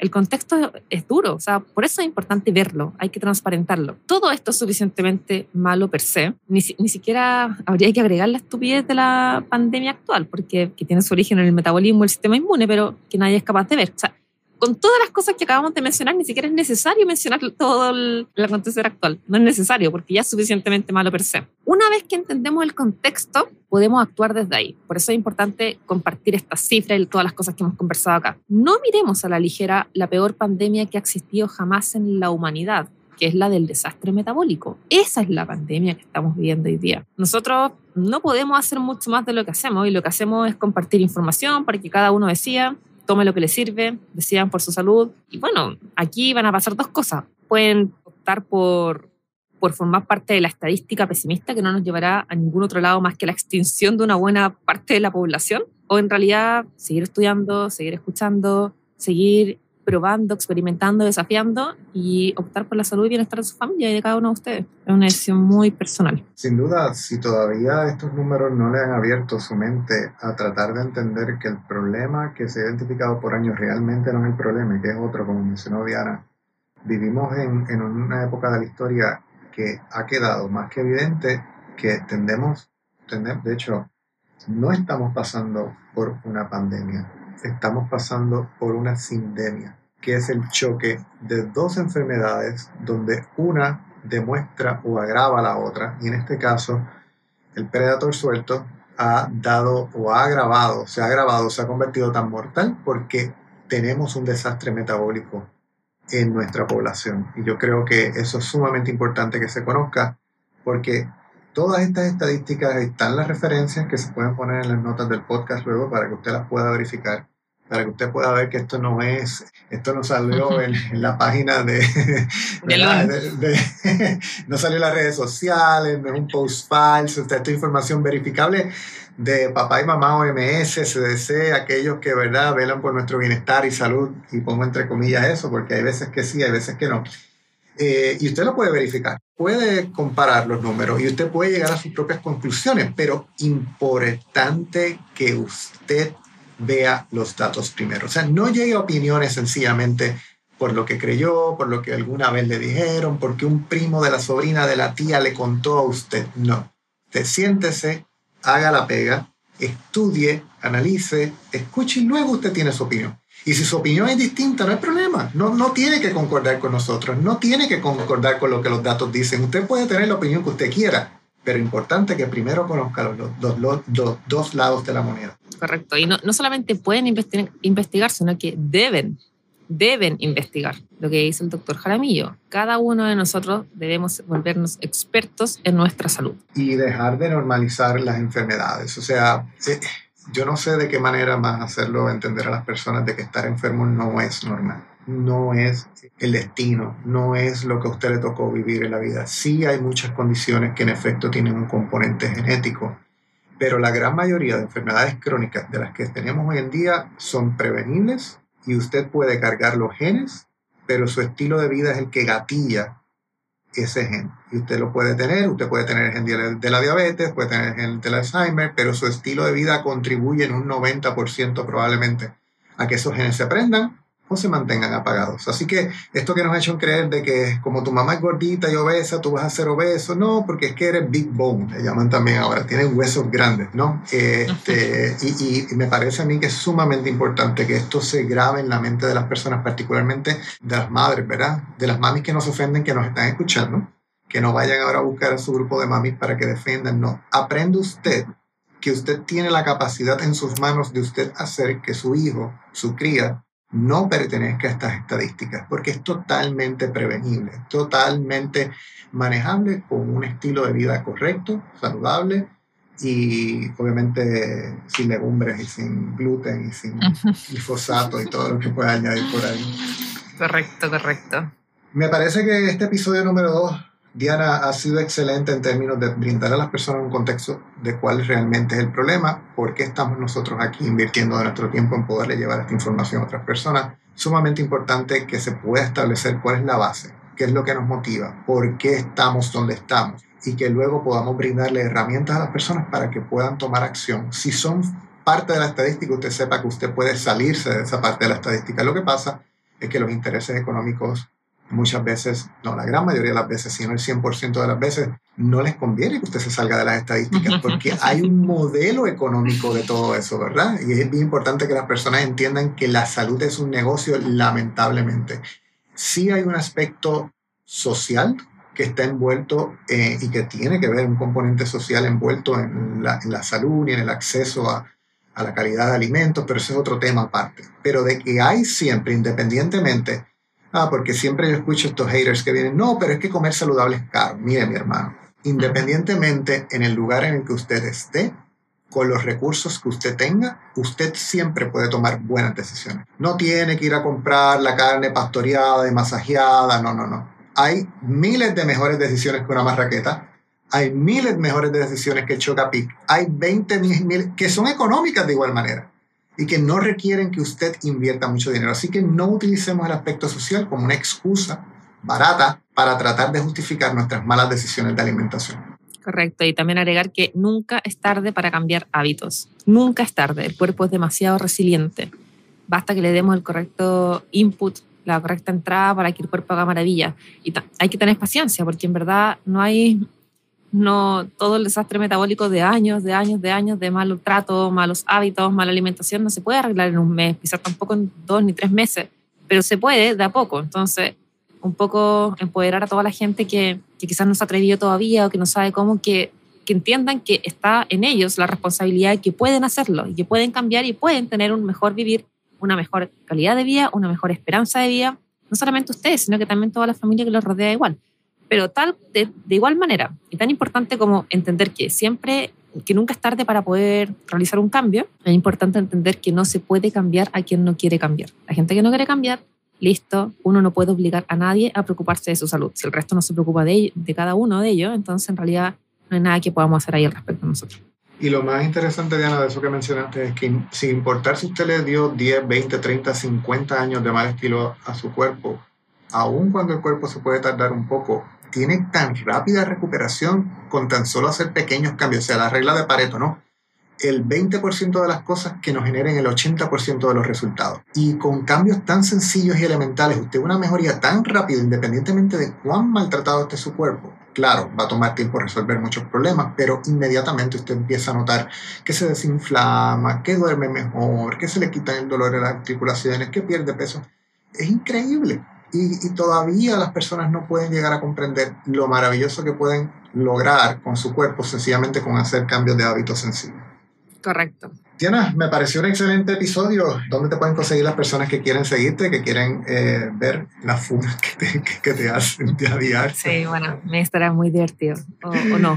el contexto es duro, o sea, por eso es importante verlo, hay que transparentarlo. Todo esto es suficientemente malo per se, ni, ni siquiera habría que agregar la estupidez de la pandemia actual, porque que tiene su origen en el metabolismo del sistema inmune, pero que nadie es capaz de ver. O sea, con todas las cosas que acabamos de mencionar, ni siquiera es necesario mencionar todo el, el acontecer actual. No es necesario, porque ya es suficientemente malo per se. Una vez que entendemos el contexto, podemos actuar desde ahí. Por eso es importante compartir estas cifras y todas las cosas que hemos conversado acá. No miremos a la ligera la peor pandemia que ha existido jamás en la humanidad, que es la del desastre metabólico. Esa es la pandemia que estamos viviendo hoy día. Nosotros no podemos hacer mucho más de lo que hacemos, y lo que hacemos es compartir información para que cada uno decida, tome lo que le sirve, decidan por su salud. Y bueno, aquí van a pasar dos cosas. Pueden optar por, por formar parte de la estadística pesimista que no nos llevará a ningún otro lado más que la extinción de una buena parte de la población, o en realidad seguir estudiando, seguir escuchando, seguir probando, experimentando, desafiando y optar por la salud y bienestar de su familia y de cada uno de ustedes. Es una decisión muy personal. Sin duda, si todavía estos números no le han abierto su mente a tratar de entender que el problema que se ha identificado por años realmente no es el problema, que es otro, como mencionó Diana, vivimos en, en una época de la historia que ha quedado más que evidente que tendemos, tendemos, de hecho, no estamos pasando por una pandemia. Estamos pasando por una sindemia, que es el choque de dos enfermedades donde una demuestra o agrava a la otra, y en este caso el Predator suelto ha dado o ha agravado, se ha agravado, se ha convertido tan mortal porque tenemos un desastre metabólico en nuestra población. Y yo creo que eso es sumamente importante que se conozca, porque todas estas estadísticas están las referencias que se pueden poner en las notas del podcast luego para que usted las pueda verificar, para que usted pueda ver que esto no es, esto no salió en, en la página de, de, de, de no salió en las redes sociales, no es un post falso, esta es información verificable de papá y mamá O M S, C D C, aquellos que, ¿verdad?, velan por nuestro bienestar y salud, y pongo entre comillas eso, porque hay veces que sí, hay veces que no. Eh, y usted lo puede verificar, puede comparar los números y usted puede llegar a sus propias conclusiones, pero importante que usted vea los datos primero. O sea, no llegue a opiniones sencillamente por lo que creyó, por lo que alguna vez le dijeron, porque un primo de la sobrina de la tía le contó a usted. No. Usted siéntese, haga la pega, estudie, analice, escuche y luego usted tiene su opinión. Y si su opinión es distinta, no hay problema. No, no tiene que concordar con nosotros, no tiene que concordar con lo que los datos dicen. Usted puede tener la opinión que usted quiera, pero importante que primero conozca los, los, los, los dos lados de la moneda. Correcto. Y no, no solamente pueden investigar, investigar, sino que deben, deben investigar. Lo que dice el doctor Jaramillo. Cada uno de nosotros debemos volvernos expertos en nuestra salud. Y dejar de normalizar las enfermedades. O sea, eh, yo no sé de qué manera más hacerlo entender a las personas de que estar enfermo no es normal. No es el destino, no es lo que a usted le tocó vivir en la vida. Sí hay muchas condiciones que en efecto tienen un componente genético, pero la gran mayoría de enfermedades crónicas de las que tenemos hoy en día son prevenibles y usted puede cargar los genes, pero su estilo de vida es el que gatilla ese gen. Y usted lo puede tener, usted puede tener el gen de la diabetes, puede tener el gen del Alzheimer, pero su estilo de vida contribuye en un noventa por ciento probablemente a que esos genes se prendan o se mantengan apagados. Así que esto que nos ha hecho creer de que como tu mamá es gordita y obesa, tú vas a ser obeso, no, porque es que eres big bone, le llaman también ahora, tienes huesos grandes, ¿no? Este, y, y me parece a mí que es sumamente importante que esto se grabe en la mente de las personas, particularmente de las madres, ¿verdad? De las mamis que nos ofenden, que nos están escuchando, que no vayan ahora a buscar a su grupo de mamis para que defendan, no. Aprende usted que usted tiene la capacidad en sus manos de usted hacer que su hijo, su cría, no pertenezca a estas estadísticas, porque es totalmente prevenible, totalmente manejable con un estilo de vida correcto, saludable y obviamente sin legumbres y sin gluten y sin glifosato y todo lo que pueda añadir por ahí. Correcto, correcto. Me parece que este episodio número dos, Diana, ha sido excelente en términos de brindar a las personas un contexto de cuál realmente es el problema, por qué estamos nosotros aquí invirtiendo de nuestro tiempo en poderle llevar esta información a otras personas. Sumamente importante que se pueda establecer cuál es la base, qué es lo que nos motiva, por qué estamos donde estamos y que luego podamos brindarle herramientas a las personas para que puedan tomar acción. Si son parte de la estadística, usted sepa que usted puede salirse de esa parte de la estadística. Lo que pasa es que los intereses económicos muchas veces, no la gran mayoría de las veces, sino el cien por ciento de las veces, no les conviene que usted se salga de las estadísticas porque hay un modelo económico de todo eso, ¿verdad? Y es bien importante que las personas entiendan que la salud es un negocio, lamentablemente. Sí hay un aspecto social que está envuelto eh, y que tiene que ver un componente social envuelto en la, en la salud y en el acceso a, a la calidad de alimentos, pero ese es otro tema aparte. Pero de que hay siempre, independientemente, ah, porque siempre yo escucho estos haters que vienen, no, pero es que comer saludable es caro. Mire, mi hermano, independientemente en el lugar en el que usted esté, con los recursos que usted tenga, usted siempre puede tomar buenas decisiones. No tiene que ir a comprar la carne pastoreada y masajeada, no, no, no. Hay miles de mejores decisiones que una marraqueta, hay miles mejores de decisiones que el Chocapic, hay veinte mil que son económicas de igual manera y que no requieren que usted invierta mucho dinero. Así que no utilicemos el aspecto social como una excusa barata para tratar de justificar nuestras malas decisiones de alimentación. Correcto, y también agregar que nunca es tarde para cambiar hábitos. Nunca es tarde, el cuerpo es demasiado resiliente. Basta que le demos el correcto input, la correcta entrada para que el cuerpo haga maravilla. Y ta- hay que tener paciencia porque en verdad no hay... No, todo el desastre metabólico de años, de años, de años, de mal trato, malos hábitos, mala alimentación, no se puede arreglar en un mes, quizás tampoco en dos ni tres meses, pero se puede de a poco. Entonces, un poco empoderar a toda la gente que, que quizás no se ha atrevido todavía o que no sabe cómo, que, que entiendan que está en ellos la responsabilidad, que pueden hacerlo y que pueden cambiar y pueden tener un mejor vivir, una mejor calidad de vida, una mejor esperanza de vida, no solamente ustedes, sino que también toda la familia que los rodea igual. Pero tal, de, de igual manera, y tan importante como entender que siempre, que nunca es tarde para poder realizar un cambio, es importante entender que no se puede cambiar a quien no quiere cambiar. La gente que no quiere cambiar, listo, uno no puede obligar a nadie a preocuparse de su salud. Si el resto no se preocupa de, ello, de cada uno de ellos, entonces en realidad no hay nada que podamos hacer ahí al respecto nosotros. Y lo más interesante, Diana, de eso que mencionaste es que sin importar si usted le dio diez, veinte, treinta, cincuenta años de mal estilo a su cuerpo, aun cuando el cuerpo se puede tardar un poco, tiene tan rápida recuperación con tan solo hacer pequeños cambios. O sea, la regla de Pareto, ¿no? El veinte por ciento de las cosas que nos generen el ochenta por ciento de los resultados. Y con cambios tan sencillos y elementales, usted una mejoría tan rápida, independientemente de cuán maltratado esté su cuerpo. Claro, va a tomar tiempo resolver muchos problemas, pero inmediatamente usted empieza a notar que se desinflama, que duerme mejor, que se le quita el dolor de las articulaciones, que pierde peso. Es increíble. Y, y todavía las personas no pueden llegar a comprender lo maravilloso que pueden lograr con su cuerpo sencillamente con hacer cambios de hábitos sencillos. Correcto. Diana, me pareció un excelente episodio. ¿Dónde te pueden conseguir las personas que quieren seguirte, que quieren eh, ver las funas que te, que, que te hacen día a día? Sí, bueno, me estará muy divertido, o, o no.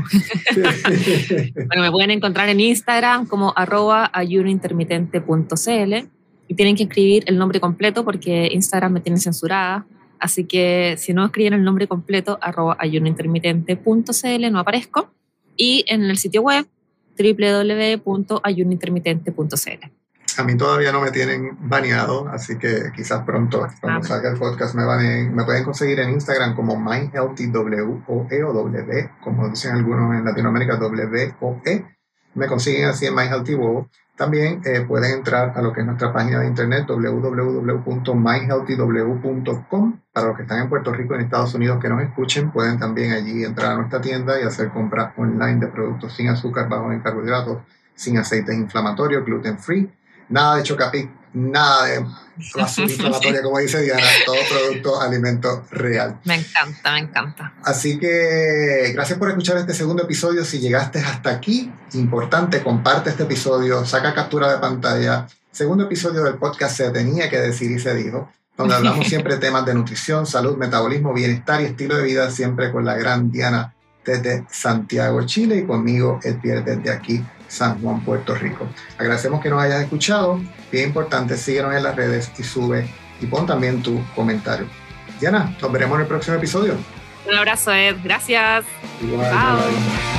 Bueno, me pueden encontrar en Instagram como arroba ayunointermitente punto cl y tienen que escribir el nombre completo porque Instagram me tiene censurada. Así que si no escriben el nombre completo, arroba ayunointermitente punto cl, no aparezco. Y en el sitio web, doble u doble u doble u punto ayunointermitente punto cl. A mí todavía no me tienen baneado, así que quizás pronto, cuando ah, salga el podcast, me, baneen. Me pueden conseguir en Instagram como MyHealthyWOE o W, como dicen algunos en Latinoamérica, W O E. Me consiguen así en MyHealthyWOE. También eh, pueden entrar a lo que es nuestra página de internet, doble u doble u doble u punto my healthy w punto com. Para los que están en Puerto Rico y en Estados Unidos que nos escuchen, pueden también allí entrar a nuestra tienda y hacer compras online de productos sin azúcar, bajos en carbohidratos, sin aceites inflamatorios, gluten free, nada de Chocapic, nada de basura inflamatoria, como dice Diana, todo producto, alimento real. Me encanta, me encanta. Así que gracias por escuchar este segundo episodio. Si llegaste hasta aquí, importante, comparte este episodio, saca captura de pantalla. Segundo episodio del podcast Se Tenía que Decir y Se Dijo, donde hablamos siempre de temas de nutrición, salud, metabolismo, bienestar y estilo de vida, siempre con la gran Diana desde Santiago, Chile, y conmigo, Edvier, desde aquí, San Juan, Puerto Rico. Agradecemos que nos hayas escuchado. Bien importante, síguenos en las redes y sube y pon también tu comentario. Diana, nos veremos en el próximo episodio. Un abrazo, Ed. Gracias. Igual, Chao. Bye.